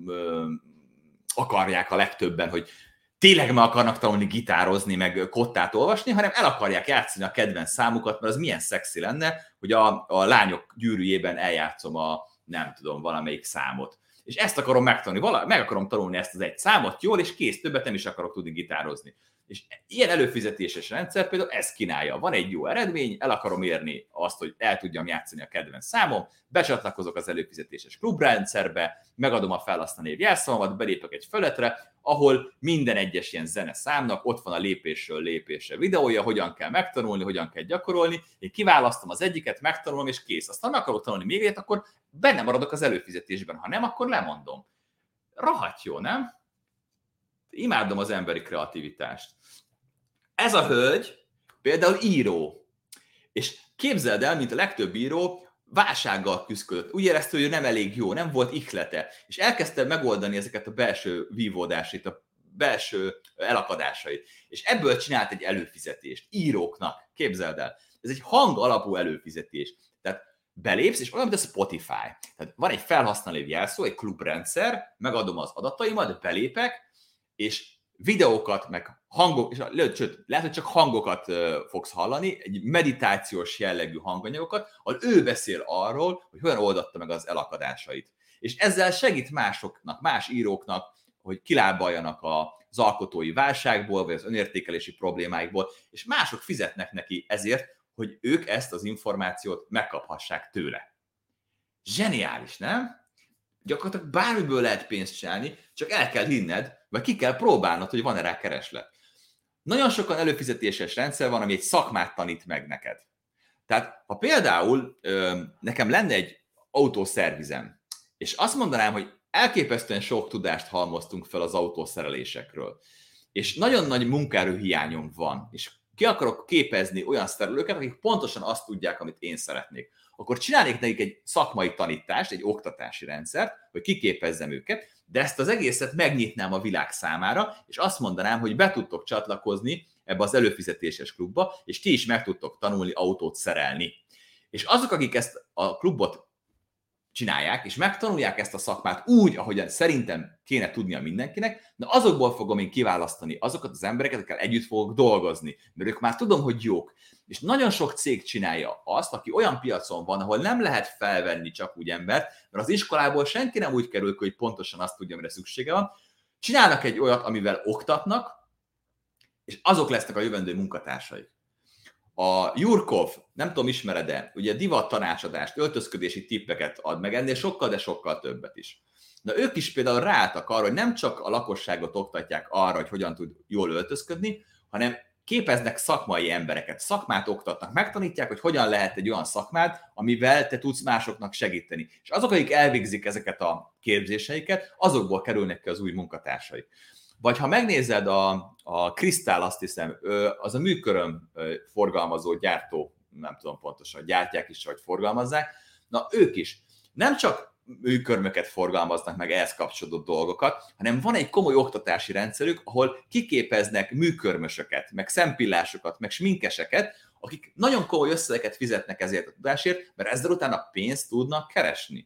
akarják a legtöbben, hogy tényleg meg akarnak tanulni gitározni, meg kottát olvasni, hanem el akarják játszani a kedvenc számukat, mert az milyen szexi lenne, hogy a lányok gyűrűjében eljátszom nem tudom, valamelyik számot. És ezt akarom megtanulni, meg akarom tanulni ezt az egy számot jól, és kész, többet nem is akarok tudni gitározni. És ilyen előfizetéses rendszer például ezt kínálja. Van egy jó eredmény, el akarom érni azt, hogy el tudjam játszani a kedvenc számom, becsatlakozok az előfizetéses klubrendszerbe, megadom a felhasználói jelszavamat, belépek egy felületre, ahol minden egyes ilyen zene számnak ott van a lépésről lépésre videója, hogyan kell megtanulni, hogyan kell gyakorolni. Én kiválasztom az egyiket, megtanulom, és kész. Aztán meg akarok tanulni még egyet, akkor benne maradok az előfizetésben. Ha nem, akkor lemondom. Rohadt jó, nem? Imádom az emberi kreativitást. Ez a hölgy például író. És képzeld el, mint a legtöbb író, válsággal küzdött. Úgy érezte, hogy ő nem elég jó, nem volt ihlete. És elkezdte megoldani ezeket a belső vívódásait, a belső elakadásait. És ebből csinált egy előfizetést íróknak. Képzeld el. Ez egy hang alapú előfizetés. Tehát belépsz, és olyan, mint a Spotify. Tehát van egy felhasználó jelszó, egy klubrendszer, megadom az adataimat, belépek, és videókat, meg hangok, és sőt, lehet, hogy csak hangokat fogsz hallani, egy meditációs jellegű hanganyagokat, ahol ő beszél arról, hogy hogyan oldatta meg az elakadásait. És ezzel segít másoknak, más íróknak, hogy kilábaljanak az alkotói válságból, vagy az önértékelési problémáikból, és mások fizetnek neki ezért, hogy ők ezt az információt megkaphassák tőle. Zseniális, nem? Gyakorlatilag bármiből lehet pénzt csinálni, csak el kell hinned, vagy ki kell próbálnod, hogy van-e rá kereslet. Nagyon sokan előfizetéses rendszer van, ami egy szakmát tanít meg neked. Tehát, ha például nekem lenne egy autószervizem, és azt mondanám, hogy elképesztően sok tudást halmoztunk fel az autószerelésekről, és nagyon nagy munkaerőhiányom van, és ki akarok képezni olyan szerelőket, akik pontosan azt tudják, amit én szeretnék, akkor csinálnék nekik egy szakmai tanítást, egy oktatási rendszert, hogy kiképezzem őket, de ezt az egészet megnyitnám a világ számára, és azt mondanám, hogy be tudtok csatlakozni ebbe az előfizetéses klubba, és ti is meg tudtok tanulni autót szerelni. És azok, akik ezt a klubot csinálják, és megtanulják ezt a szakmát úgy, ahogyan szerintem kéne tudnia mindenkinek, na azokból fogom én kiválasztani azokat az embereket, akikkel együtt fogok dolgozni, mert ők már tudom, hogy jók. És nagyon sok cég csinálja azt, aki olyan piacon van, ahol nem lehet felvenni csak úgy embert, mert az iskolából senki nem úgy kerül, hogy pontosan azt tudja, amire szüksége van. Csinálnak egy olyat, amivel oktatnak, és azok lesznek a jövendő munkatársaik. A Jurkov, nem tudom, ismered-e, ugye divat tanácsadást, öltözködési tippeket ad meg, ennél sokkal, de sokkal többet is. Na ők is például ráálltak arra, hogy nem csak a lakosságot oktatják arra, hogy hogyan tud jól öltözködni, hanem képeznek szakmai embereket, szakmát oktatnak, megtanítják, hogy hogyan lehet egy olyan szakmát, amivel te tudsz másoknak segíteni. És azok, akik elvégzik ezeket a képzéseiket, azokból kerülnek ki az új munkatársaik. Vagy ha megnézed a Kristál, azt hiszem, az a műköröm forgalmazó gyártó, nem tudom pontosan, gyártják is, vagy forgalmazzák, na ők is nem csak műkörmöket forgalmaznak meg ehhez kapcsolódó dolgokat, hanem van egy komoly oktatási rendszerük, ahol kiképeznek műkörmösöket, meg szempillásokat, meg sminkeseket, akik nagyon komoly összegeket fizetnek ezért a tudásért, mert ezzel utána pénzt tudnak keresni.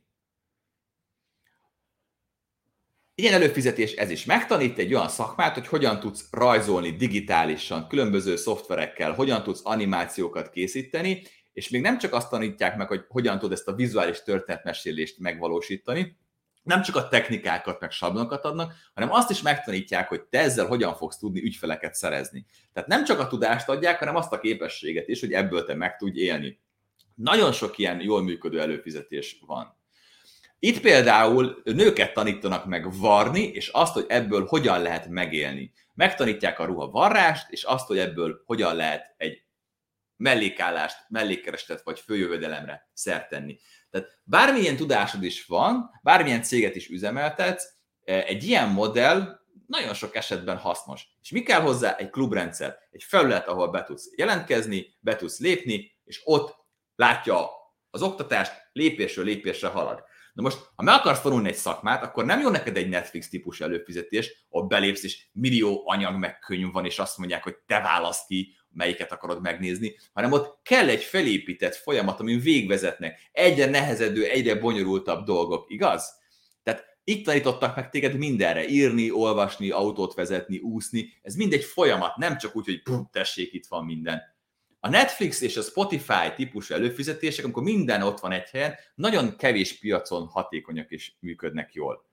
Ilyen előfizetés ez is. Megtanít egy olyan szakmát, hogy hogyan tudsz rajzolni digitálisan, különböző szoftverekkel, hogyan tudsz animációkat készíteni, és még nem csak azt tanítják meg, hogy hogyan tud ezt a vizuális történetmesélést megvalósítani, nem csak a technikákat meg sablonokat adnak, hanem azt is megtanítják, hogy te ezzel hogyan fogsz tudni ügyfeleket szerezni. Tehát nem csak a tudást adják, hanem azt a képességet is, hogy ebből te meg tudj élni. Nagyon sok ilyen jól működő előfizetés van. Itt például nőket tanítanak meg varni, és azt, hogy ebből hogyan lehet megélni. Megtanítják a ruha varrást, és azt, hogy ebből hogyan lehet egy mellékállást, mellékkeresletet vagy főjövedelemre szert tenni. Tehát bármilyen tudásod is van, bármilyen céget is üzemeltetsz, egy ilyen modell nagyon sok esetben hasznos. És mi kell hozzá? Egy klubrendszer, egy felület, ahol be tudsz jelentkezni, be tudsz lépni, és ott látja az oktatást, lépésről lépésre halad. Na most, ha meg akarsz tanulni egy szakmát, akkor nem jó neked egy Netflix típusú előfizetés, ahol belépsz, és millió anyag meg könyv van, és azt mondják, hogy te válaszd ki, melyiket akarod megnézni, hanem ott kell egy felépített folyamat, amin végvezetnek egyre nehezedő, egyre bonyolultabb dolgok, igaz? Tehát itt tanítottak meg téged mindenre, írni, olvasni, autót vezetni, úszni, ez mind egy folyamat, nem csak úgy, hogy tessék, itt van minden. A Netflix és a Spotify típusú előfizetések, amikor minden ott van egy helyen, nagyon kevés piacon hatékonyak és működnek jól.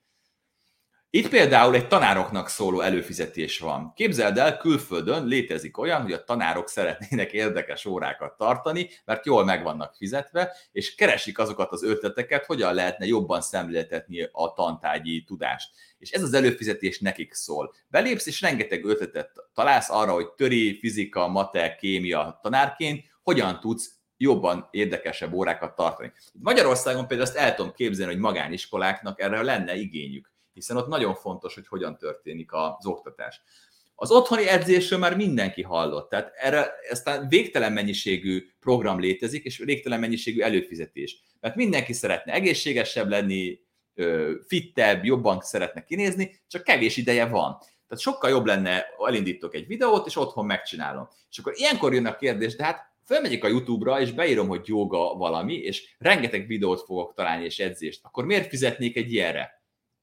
Itt például egy tanároknak szóló előfizetés van. Képzeld el, külföldön létezik olyan, hogy a tanárok szeretnének érdekes órákat tartani, mert jól meg vannak fizetve, és keresik azokat az ötleteket, hogyan lehetne jobban szemléltetni a tantárgyi tudást. És ez az előfizetés nekik szól. Belépsz, és rengeteg ötletet találsz arra, hogy töri, fizika, matek, kémia tanárként hogyan tudsz jobban érdekesebb órákat tartani. Magyarországon például ezt el tudom képzelni, hogy magániskoláknak erre lenne igényük, hiszen ott nagyon fontos, hogy hogyan történik az oktatás. Az otthoni edzésről már mindenki hallott, tehát erre aztán végtelen mennyiségű program létezik, és végtelen mennyiségű előfizetés. Mert mindenki szeretne egészségesebb lenni, fittebb, jobban szeretne kinézni, csak kevés ideje van. Tehát sokkal jobb lenne, elindítok egy videót, és otthon megcsinálom. És akkor ilyenkor jön a kérdés, de hát felmegyek a YouTube-ra, és beírom, hogy jóga valami, és rengeteg videót fogok találni, és edzést. Akkor miért fizetnék egy ilyenre?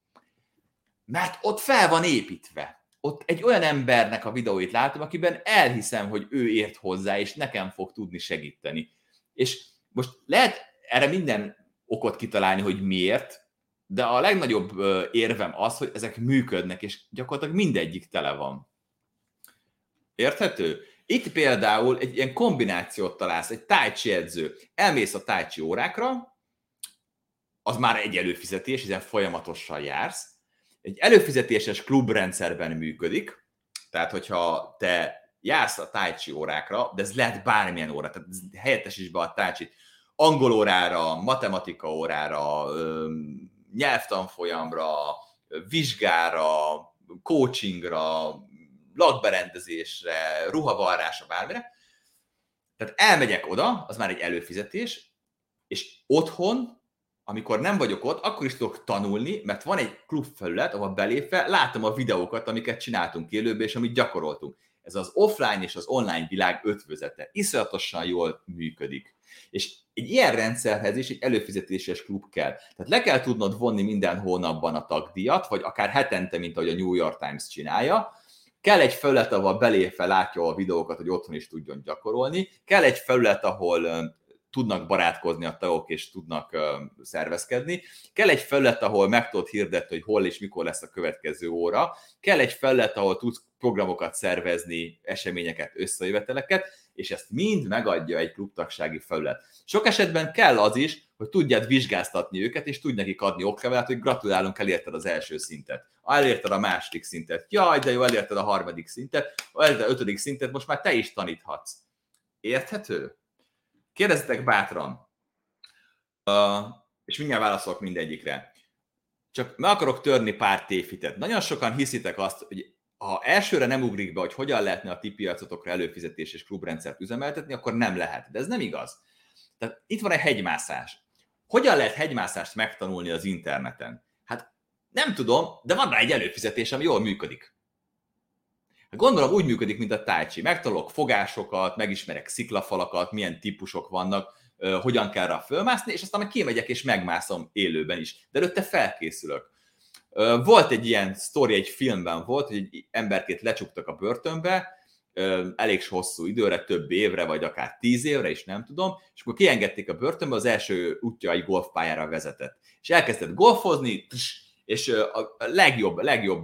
Mert ott fel van építve. Ott egy olyan embernek a videóit látom, akiben elhiszem, hogy ő ért hozzá, és nekem fog tudni segíteni. És most lehet erre minden okot kitalálni, hogy miért, de a legnagyobb érvem az, hogy ezek működnek, és gyakorlatilag mindegyik tele van. Érthető? Itt például egy ilyen kombinációt találsz, egy tai chi edző. Elmész a tai chi órákra, az már egy előfizetés, hiszen folyamatosan jársz. Egy előfizetéses klubrendszerben működik, tehát hogyha te jársz a tai chi órákra, de ez lehet bármilyen óra, tehát helyettesíts be a tai chi angol órára, matematika órára, nyelvtanfolyamra, vizsgára, coachingra, lakberendezésre, ruhavarrásra, bármire. Tehát elmegyek oda, az már egy előfizetés, és otthon, amikor nem vagyok ott, akkor is tudok tanulni, mert van egy klubfelület, ahol belépve látom a videókat, amiket csináltunk élőben, és amit gyakoroltunk. Ez az offline és az online világ ötvözete. Iszonyatosan jól működik. És egy ilyen rendszerhez is egy előfizetéses klub kell. Tehát le kell tudnod vonni minden hónapban a tagdíjat, vagy akár hetente, mint ahogy a New York Times csinálja. Kell egy felület, ahol belépve látja a videókat, hogy otthon is tudjon gyakorolni. Kell egy felület, ahol tudnak barátkozni a tagok, és tudnak szervezkedni. Kell egy felület, ahol meg tudod hirdetni, hogy hol és mikor lesz a következő óra. Kell egy felület, ahol tudsz programokat szervezni, eseményeket, összejöveteleket, és ezt mind megadja egy klubtagsági felület. Sok esetben kell az is, hogy tudjad vizsgáztatni őket, és tudj nekik adni oklevelet, hogy gratulálunk, elérted az első szintet. Elérted a második szintet. Jaj, de jó, elérted a harmadik szintet, elérted a ötödik szintet, most már te is taníthatsz. Érthető? Kérdezzetek bátran, és mindjárt válaszolok mindegyikre. Csak meg akarok törni pár tévhitet. Nagyon sokan hiszitek azt, hogy ha elsőre nem ugrik be, hogy hogyan lehetne a ti piacotokra előfizetés és klubrendszert üzemeltetni, akkor nem lehet. De ez nem igaz. Tehát itt van egy hegymászás. Hogyan lehet hegymászást megtanulni az interneten? Hát nem tudom, de van rá egy előfizetés, ami jól működik. Gondolom úgy működik, mint a tai chi. Megtanulok fogásokat, megismerek sziklafalakat, milyen típusok vannak, hogyan kell rá fölmászni, és aztán meg kimegyek és megmászom élőben is. De előtte felkészülök. Volt egy ilyen sztori, egy filmben volt, hogy egy emberkét lecsuktak a börtönbe, elég hosszú időre, több évre, vagy akár 10 évre is, nem tudom, és akkor kiengedték a börtönbe, az első útja egy golfpályára vezetett. És elkezdett golfozni, és a legjobb,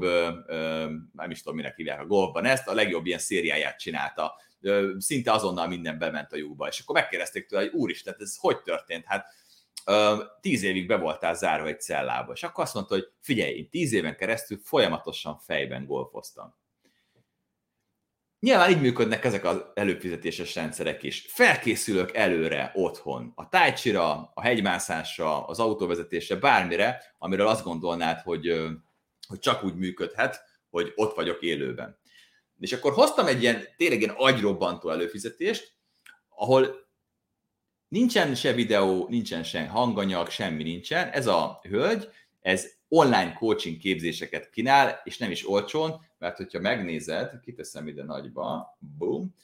nem is tudom, minek hívják a golfban ezt, a legjobb ilyen szériáját csinálta. Szinte azonnal minden bement a lyukba. És akkor megkérdezték tőle, hogy úristen, ez hogy történt? Hát 10 évig be voltál zárva egy cellába. És akkor azt mondta, hogy figyelj, én 10 éven keresztül folyamatosan fejben golfoztam. Nyilván így működnek ezek az előfizetéses rendszerek is. Felkészülök előre otthon a tai chi-ra, a hegymászásra, az autóvezetésre, bármire, amiről azt gondolnád, hogy csak úgy működhet, hogy ott vagyok élőben. És akkor hoztam egy ilyen tényleg ilyen agyrobbantó előfizetést, ahol nincsen se videó, nincsen se hanganyag, semmi nincsen. Ez a hölgy, ez online coaching képzéseket kínál, és nem is olcsón, mert hogyha megnézed, kiteszem ide nagyba, boom,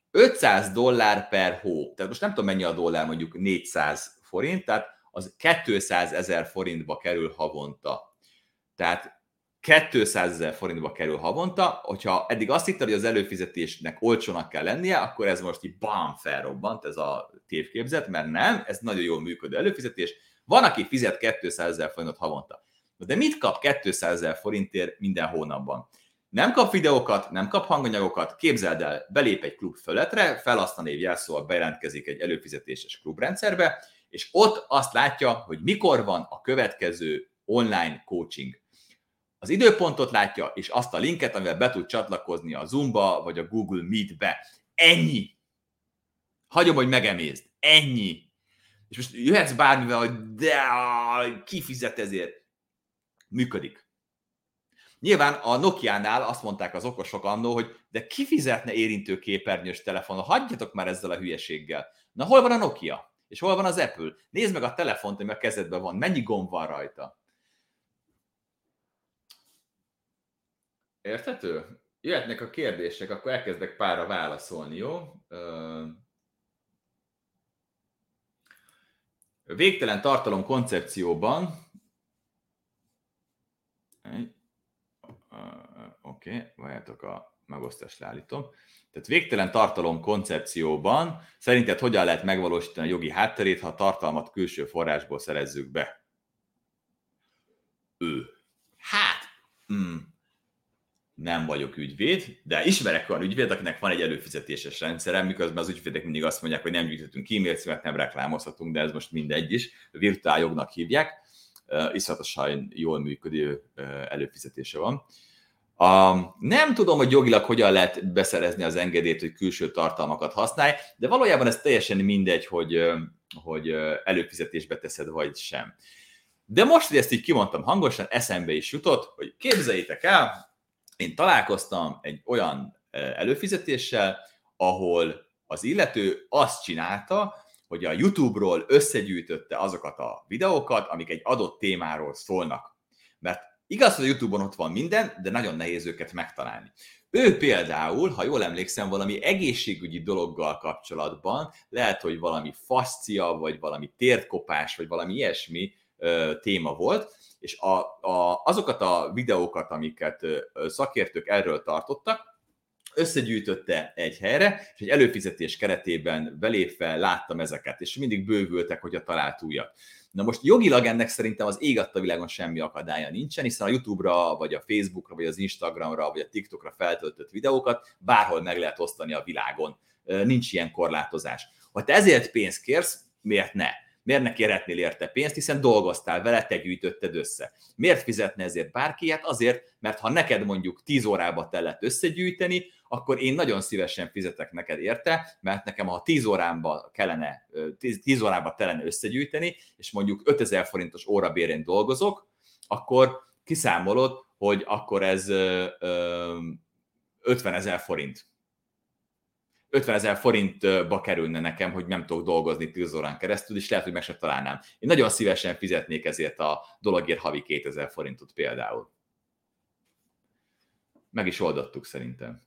$500 per hó. Tehát most nem tudom mennyi a dollár, mondjuk 400 forint, tehát az 200 000 forintba kerül havonta. Tehát 200 000 forintba kerül havonta, hogyha eddig azt hitted, hogy az előfizetésnek olcsónak kell lennie, akkor ez most így bám felrobbant, ez a tévképzet, mert nem, ez nagyon jól működő előfizetés. Van, aki fizet 200 000 forintot havonta. De mit kap 200 000 forintért minden hónapban? Nem kap videókat, nem kap hanganyagokat, képzeld el, belép egy klub felületre, felaszt a névjelszóval bejelentkezik egy előfizetéses klubrendszerbe, és ott azt látja, hogy mikor van a következő online coaching. Az időpontot látja, és azt a linket, amivel be tud csatlakozni a Zoomba, vagy a Google Meetbe. Ennyi! Hagyom, hogy megemészd. Ennyi! És most jöhetsz bármivel, hogy de ki fizet ezért? Működik. Nyilván a Nokia-nál azt mondták az okosok annó, hogy de ki fizetne érintőképernyős telefonon? Hagyjatok már ezzel a hülyeséggel. Na hol van a Nokia? És hol van az Apple? Nézd meg a telefont, ami a kezedben van. Mennyi gomb van rajta? Érthető? Jöhetnek a kérdések, akkor elkezdek párra válaszolni, jó? Végtelen tartalom koncepcióban Oké, várjátok, a megosztást leállítom. Tehát végtelen tartalom koncepcióban szerinted hogyan lehet megvalósítani a jogi hátterét, ha a tartalmat külső forrásból szerezzük be? nem vagyok ügyvéd, de ismerek olyan ügyvéd, akinek van egy előfizetéses rendszere, miközben az ügyvédek mindig azt mondják, hogy nem gyűjtöttünk e-mail címet, nem reklámozhatunk, de ez most mindegy is, virtuál jognak hívják, iszonyatosan jól működő előfizetése van. Nem tudom, hogy jogilag hogyan lehet beszerezni az engedélyt, hogy külső tartalmakat használj, de valójában ez teljesen mindegy, hogy előfizetésbe teszed, vagy sem. De most, hogy ezt így kimondtam hangosan, eszembe is jutott, hogy képzeljétek el, én találkoztam egy olyan előfizetéssel, ahol az illető azt csinálta, hogy a YouTube-ról összegyűjtötte azokat a videókat, amik egy adott témáról szólnak. Mert igaz, hogy a YouTube-on ott van minden, de nagyon nehéz őket megtalálni. Ő például, ha jól emlékszem, valami egészségügyi dologgal kapcsolatban, lehet, hogy valami faszcia, vagy valami térkopás, vagy valami ilyesmi téma volt, és azokat a videókat, amiket szakértők erről tartottak, összegyűjtötte egy helyre, és egy előfizetés keretében belépve láttam ezeket, és mindig bővültek, hogyha talált újat. Na most jogilag ennek szerintem az ég adta világon semmi akadálya nincsen, hiszen a YouTube-ra, vagy a Facebookra, vagy az Instagramra, vagy a TikTokra feltöltött videókat bárhol meg lehet osztani a világon. Nincs ilyen korlátozás. Ha te ezért pénzt kérsz, miért ne? Miért ne kérhetnél érte pénzt, hiszen dolgoztál vele, te gyűjtötted össze. Miért fizetne ezért bárki? Hát azért, mert ha neked mondjuk 10 órába kellett összegyűjteni, akkor én nagyon szívesen fizetek neked érte, mert nekem ha 10 órába kellene összegyűjteni, és mondjuk 5000 forintos órabérén dolgozok, akkor kiszámolod, hogy akkor ez 50 000 forint. 50 000 forintba kerülne nekem, hogy nem tudok dolgozni 10 órán keresztül, és lehet, hogy meg sem találnám. Én nagyon szívesen fizetnék ezért a dologért havi 2000 forintot például. Meg is oldottuk szerintem.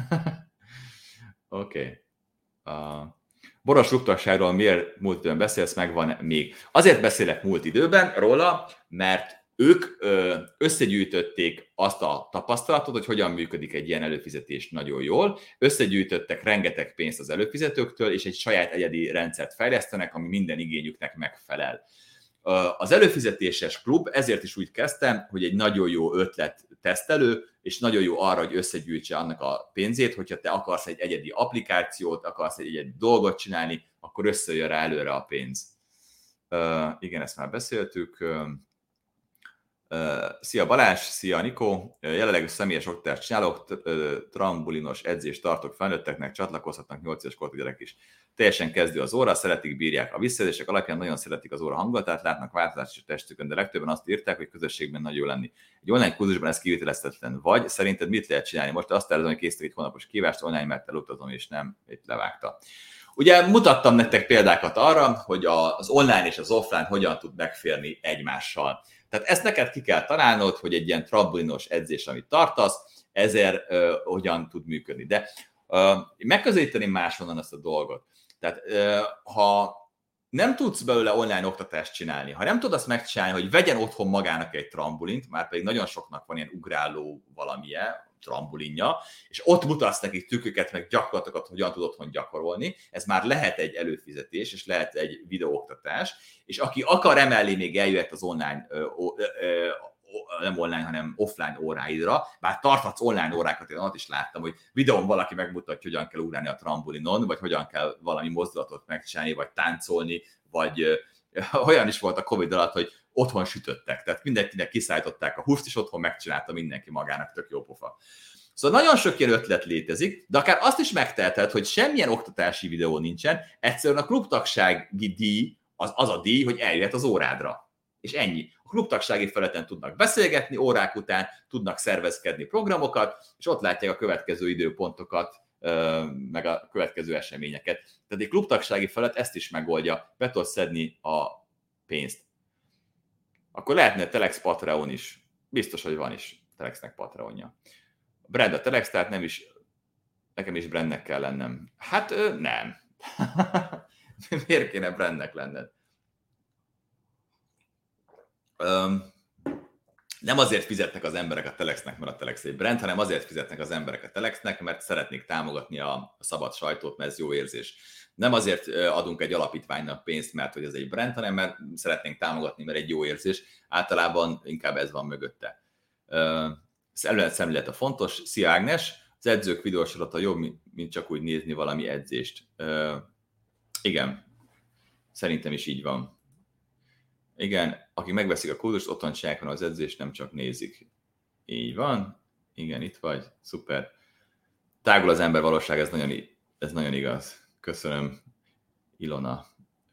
Oké. Boros rúgtagságról miért múlt időben beszélsz, megvan még. Azért beszélek múlt időben róla, mert ők összegyűjtötték azt a tapasztalatot, hogy hogyan működik egy ilyen előfizetés nagyon jól. Összegyűjtöttek rengeteg pénzt az előfizetőktől, és egy saját egyedi rendszert fejlesztenek, ami minden igényüknek megfelel. Az előfizetéses klub ezért is úgy kezdtem, hogy egy nagyon jó ötlet tesztelő, és nagyon jó arra, hogy összegyűjtse annak a pénzét, hogyha te akarsz egy egyedi applikációt, akarsz egy egyedi dolgot csinálni, akkor összejön rá előre a pénz. Igen, ezt már beszéltük. Szia Balázs, szia Nikó, jelenleg személyes oktatást csinálok, trambulinos edzést tartok felnőtteknek, csatlakozhatnak 8 éves korú gyerek is. Teljesen kezdő az óra, szeretik, bírják. A visszajelzések alapján nagyon szeretik az óra hangulatát, látnak változást a testükön, de legtöbben azt írták, hogy közösségben nagy jó lenni. Egy online kurzusban ez kivitelezhetetlen. Vagy szerinted mit lehet csinálni? Most azt tervezem, hogy készítek egy hónapos kívást, online, mert elutazom, és nem itt levágta. Ugye mutattam nektek példákat arra, hogy az online és az offline hogyan tud megférni egymással. Tehát ezt neked ki kell találnod, hogy egy ilyen trambulinos edzés, amit tartasz, ezért hogyan tud működni. De megközelíteném máshonnan ezt a dolgot. Tehát ha nem tudsz belőle online oktatást csinálni, ha nem tudod azt megcsinálni, hogy vegyen otthon magának egy trambulint, már pedig nagyon soknak van ilyen ugráló valamilyen trambulinja, és ott mutatsz nekik trükköket, meg gyakorlatokat, hogyan tud otthon gyakorolni, ez már lehet egy előfizetés, és lehet egy videóoktatás, és aki akar emellé, még eljöhet az online, nem online, hanem offline óráidra, bár tarthatsz online órákat, én ott is láttam, hogy videón valaki megmutatja, hogyan kell ugrálni a trambulinon, vagy hogyan kell valami mozdulatot megcsinálni, vagy táncolni, vagy olyan is volt a Covid alatt, hogy otthon sütöttek, tehát mindenkinek kiszállították a húst, és otthon megcsinálta mindenki magának, tök jó pofa. Szóval nagyon sok ilyen ötlet létezik, de akár azt is megteheted, hogy semmilyen oktatási videó nincsen, egyszerűen a klubtagsági díj az a díj, hogy eljöhet az órádra. És ennyi. A klubtagsági felületen tudnak beszélgetni órák után, tudnak szervezkedni programokat, és ott látják a következő időpontokat, meg a következő eseményeket. Tehát egy klubtagsági felület ezt is megoldja, be tudod szedni a pénzt. Akkor lehetne Telex Patreon is. Biztos, hogy van is Telexnek Patreonja. Brand a Telex, tehát nem is, nekem is brandnek kell lennem. Hát nem. Miért kéne brandnek lenned? Nem azért fizetnek az emberek a Telexnek, mert a Telex egy brand, hanem azért fizetnek az emberek a Telexnek, mert szeretnék támogatni a szabad sajtót, mert ez jó érzés. Nem azért adunk egy alapítványnak pénzt, mert hogy ez egy brand, hanem mert szeretnénk támogatni, mert egy jó érzés. Általában inkább ez van mögötte. szemlélet a fontos. Szia Ágnes, az edzők videósorata jobb, mint csak úgy nézni valami edzést. Igen, szerintem is így van. Igen, akik megveszik a kurzust, otthon csinálják az edzést, nem csak nézik. Így van. Igen, itt vagy. Szuper. Tágul az ember valóság, ez nagyon igaz. Köszönöm, Ilona.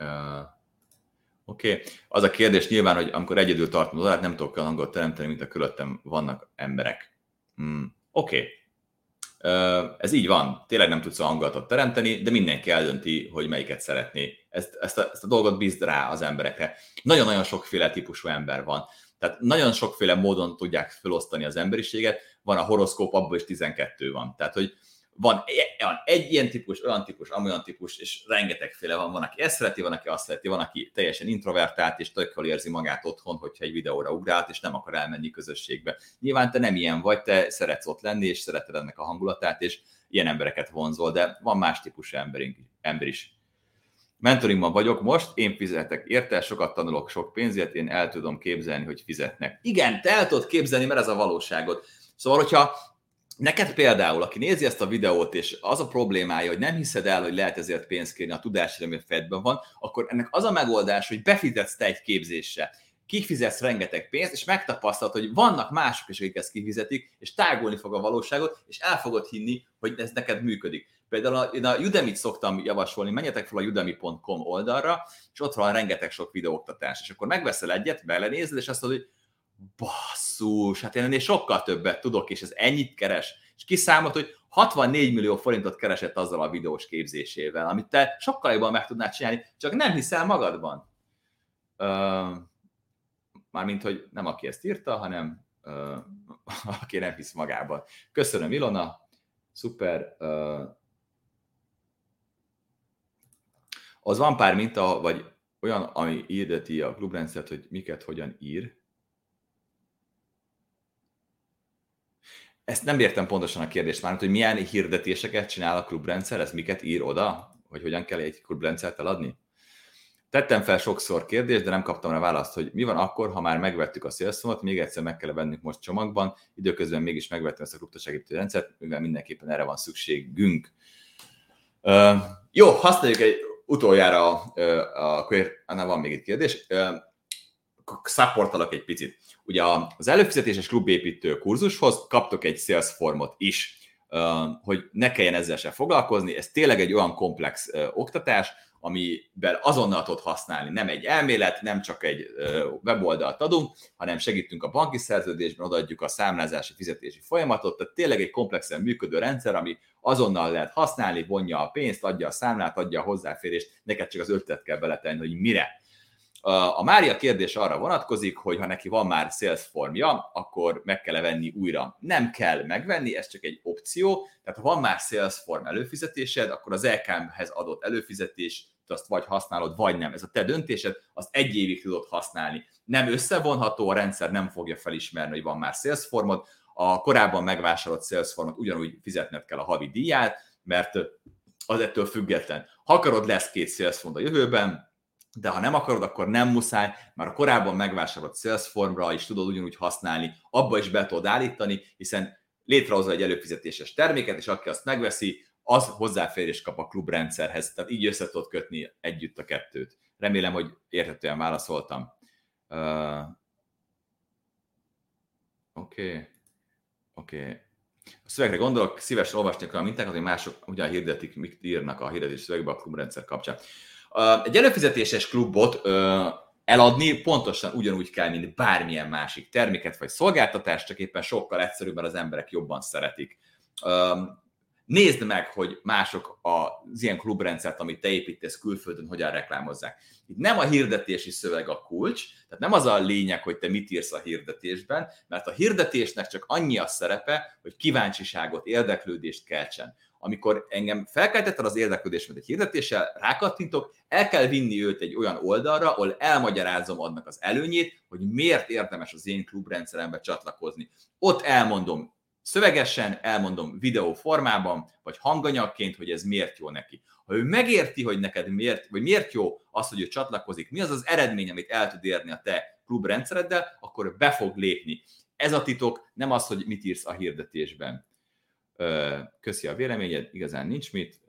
Oké. Az a kérdés nyilván, hogy amikor egyedül tartom az órát, nem tudok olyan hangot teremteni, mint a körülöttem vannak emberek. Oké. Ez így van. Tényleg nem tudsz a hangulatot teremteni, de mindenki eldönti, hogy melyiket szeretné. Ezt a dolgot bízd rá az emberekre. Nagyon-nagyon sokféle típusú ember van. Tehát nagyon sokféle módon tudják felosztani az emberiséget. Van a horoszkóp, abból is 12 van. Tehát, hogy van egy ilyen típus, olyan típus, amolyan típus, és rengetegféle van. Van, aki ezt szereti, van, aki azt szereti, van, aki teljesen introvertált, és tökkel érzi magát otthon, hogyha egy videóra ugrált, és nem akar elmenni közösségbe. Nyilván te nem ilyen vagy, te szeretsz ott lenni, és szereted ennek a hangulatát, és ilyen embereket vonzol, de van más típusú ember is. Mentoringban vagyok most, én fizetek érte, sokat tanulok sok pénzért, én el tudom képzelni, hogy fizetnek. Igen, te el tudod képzelni, mert ez a valóságod. Szóval, hogyha neked például, aki nézi ezt a videót, és az a problémája, hogy nem hiszed el, hogy lehet ezért pénzt kérni a tudásra, ami a fejedben van, akkor ennek az a megoldás, hogy befizetsz te egy képzésre, kifizetsz rengeteg pénzt, és megtapasztalod, hogy vannak mások is, akik ezt kifizetik, és tágulni fog a valóságot, és el fogod hinni, hogy ez neked működik. Például én a Udemy-t szoktam javasolni, menjetek fel a udemy.com oldalra, és ott van rengeteg sok videóoktatás, és akkor megveszel egyet, belenézed, és azt mondod, hogy basszus, hát én ennél sokkal többet tudok, és ez ennyit keres. És kiszámolt, hogy 64 millió forintot keresett azzal a videós képzésével, amit te sokkal jobban meg tudnád csinálni, csak nem hiszel magadban. Mármint, hogy nem aki ezt írta, hanem aki nem hisz magában. Köszönöm, Ilona. Szuper. Az van pár minta, vagy olyan, ami hirdeti a klubrendszert, hogy miket hogyan ír. Ezt nem értem pontosan a kérdést már, hogy milyen hirdetéseket csinál a klubrendszer, ez miket ír oda, hogy hogyan kell egy klubrendszert eladni. Tettem fel sokszor kérdést, de nem kaptam rá választ, hogy mi van akkor, ha már megvettük a Salesforce-ot, még egyszer meg kell vennünk most csomagban, időközben mégis megvettem ezt a klubtárságépítő rendszert, mivel mindenképpen erre van szükségünk. Jó, használjuk egy utoljára, annál van még egy kérdés, supportalak egy picit. Ugye az előfizetéses klubépítő kurzushoz kaptok egy Salesforce-ot is, hogy ne kelljen ezzel sem foglalkozni, ez tényleg egy olyan komplex oktatás, amiben azonnal tudod használni. Nem egy elmélet, nem csak egy weboldalt adunk, hanem segítünk a banki szerződésben, odaadjuk a számlázási, fizetési folyamatot, tehát tényleg egy komplexen működő rendszer, ami azonnal lehet használni, vonja a pénzt, adja a számlát, adja a hozzáférést, neked csak az ötletet kell beletenni, hogy mire. A Mária kérdés arra vonatkozik, hogy ha neki van már Salesforce-ja, akkor meg kell venni újra. Nem kell megvenni, ez csak egy opció, tehát ha van már Salesforce előfizetésed, akkor az LKM-hez adott előfizetést azt vagy használod, vagy nem. Ez a te döntésed, azt egy évig tudod használni. Nem összevonható, a rendszer nem fogja felismerni, hogy van már Salesforce-od. A korábban megvásárolt Salesforce-ot ugyanúgy fizetned kell a havi díját, mert az ettől független. Ha akarod, lesz 2 Salesforce a jövőben, de ha nem akarod, akkor nem muszáj, mert a korábban megvásárolt Salesforce-ra is tudod ugyanúgy használni, abba is be tudod állítani, hiszen létrehozol egy előfizetéses terméket, és aki azt megveszi, az hozzáférést kap a klubrendszerhez, tehát így össze tudod kötni együtt a kettőt. Remélem, hogy érthetően válaszoltam. Oké. A szövegre gondolok, szívesen olvasnék a mintákat, hogy mások ugyan hirdetik, mit írnak a hirdetés szövegbe a klubrendszer kapcsán. Egy előfizetéses klubot eladni pontosan ugyanúgy kell, mint bármilyen másik terméket vagy szolgáltatást, csak éppen sokkal egyszerűbb, mert az emberek jobban szeretik. Nézd meg, hogy mások az ilyen klubrendszert, amit te építesz külföldön, hogyan reklámozzák. Itt nem a hirdetési szöveg a kulcs, tehát nem az a lényeg, hogy te mit írsz a hirdetésben, mert a hirdetésnek csak annyi a szerepe, hogy kíváncsiságot, érdeklődést keltsen. Amikor engem felkeltetted az érdeklődésemet egy hirdetéssel, rákattintok, el kell vinni őt egy olyan oldalra, ahol elmagyarázom annak az előnyét, hogy miért érdemes az én klubrendszerembe csatlakozni. Ott elmondom szövegesen, elmondom videó formában, vagy hanganyagként, hogy ez miért jó neki. Ha ő megérti, hogy neked miért jó az, hogy ő csatlakozik, mi az az eredmény, amit el tud érni a te klubrendszereddel, akkor be fog lépni. Ez a titok, nem az, hogy mit írsz a hirdetésben. Köszi a véleményed, igazán nincs mit.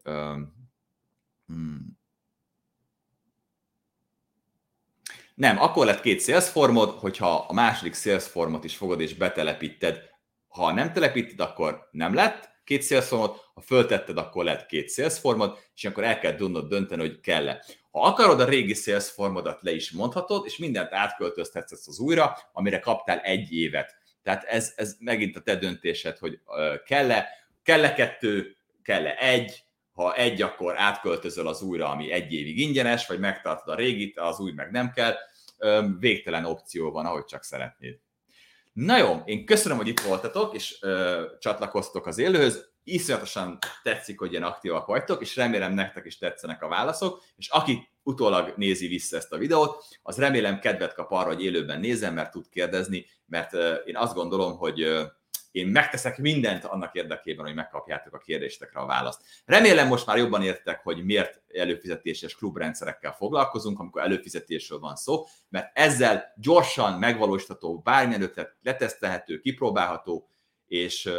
Nem, akkor lett 2 sales formod, hogyha a második sales formot is fogod és betelepíted. Ha nem telepíted, akkor nem lett 2 sales formod, ha föltetted, akkor lett 2 sales formod, és akkor el kell tudnod dönteni, hogy kell-e. Ha akarod, a régi sales formodat le is mondhatod, és mindent átköltöztetsz az újra, amire kaptál 1 évet. Tehát ez megint a te döntésed, hogy kell-e 2, kell-e 1, ha 1, akkor átköltözöl az újra, ami 1 évig ingyenes, vagy megtartod a régit, az új meg nem kell. Végtelen opció van, ahogy csak szeretnéd. Na jó, én köszönöm, hogy itt voltatok, és csatlakoztok az élőhöz. Iszonyatosan tetszik, hogy ilyen aktívak vagytok, és remélem nektek is tetszenek a válaszok, és aki utólag nézi vissza ezt a videót, az remélem kedvet kap arra, hogy élőben nézzen, mert tud kérdezni, mert én azt gondolom, hogy én megteszek mindent annak érdekében, hogy megkapjátok a kérdésekre a választ. Remélem most már jobban értek, hogy miért előfizetéses klubrendszerekkel foglalkozunk, amikor előfizetésről van szó, mert ezzel gyorsan megvalósítható, bármilyen ötlet letesztelhető, kipróbálható, és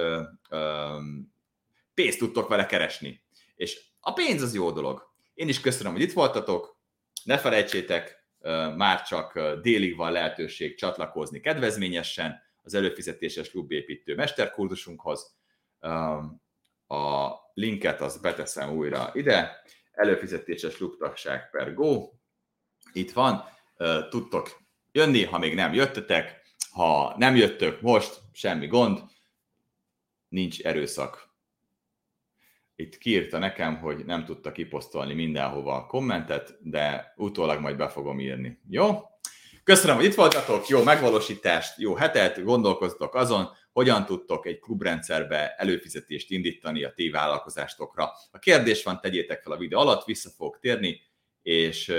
pénzt tudtok vele keresni. És a pénz az jó dolog. Én is köszönöm, hogy itt voltatok. Ne felejtsétek, már csak délig van lehetőség csatlakozni kedvezményesen az előfizetéses klubépítő mesterkurzusunkhoz. A linket azt beteszem újra ide. Előfizetéses klubtagság per go. Itt van. Tudtok jönni, ha még nem jöttetek. Ha nem jöttök most, semmi gond. Nincs erőszak. Itt kiírta nekem, hogy nem tudta kiposztolni mindenhova a kommentet, de utólag majd be fogom írni. Jó? Köszönöm, hogy itt voltatok, jó megvalósítást, jó hetet, gondolkoztok azon, hogyan tudtok egy klubrendszerbe előfizetést indítani a ti vállalkozástokra. Ha kérdés van, tegyétek fel a videó alatt, vissza fogok térni, és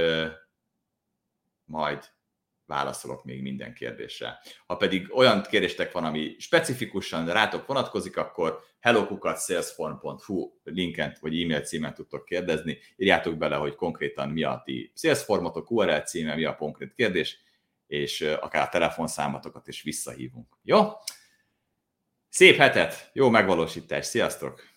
majd válaszolok még minden kérdésre. Ha pedig olyan kérdéstek van, ami specifikusan rátok vonatkozik, akkor hello@salesform.hu linket vagy e-mail címen tudtok kérdezni. Írjátok bele, hogy konkrétan mi a ti Salesformotok, URL címe, mi a konkrét kérdés, és akár a telefonszámatokat is visszahívunk. Jó? Szép hetet, jó megvalósítás, sziasztok!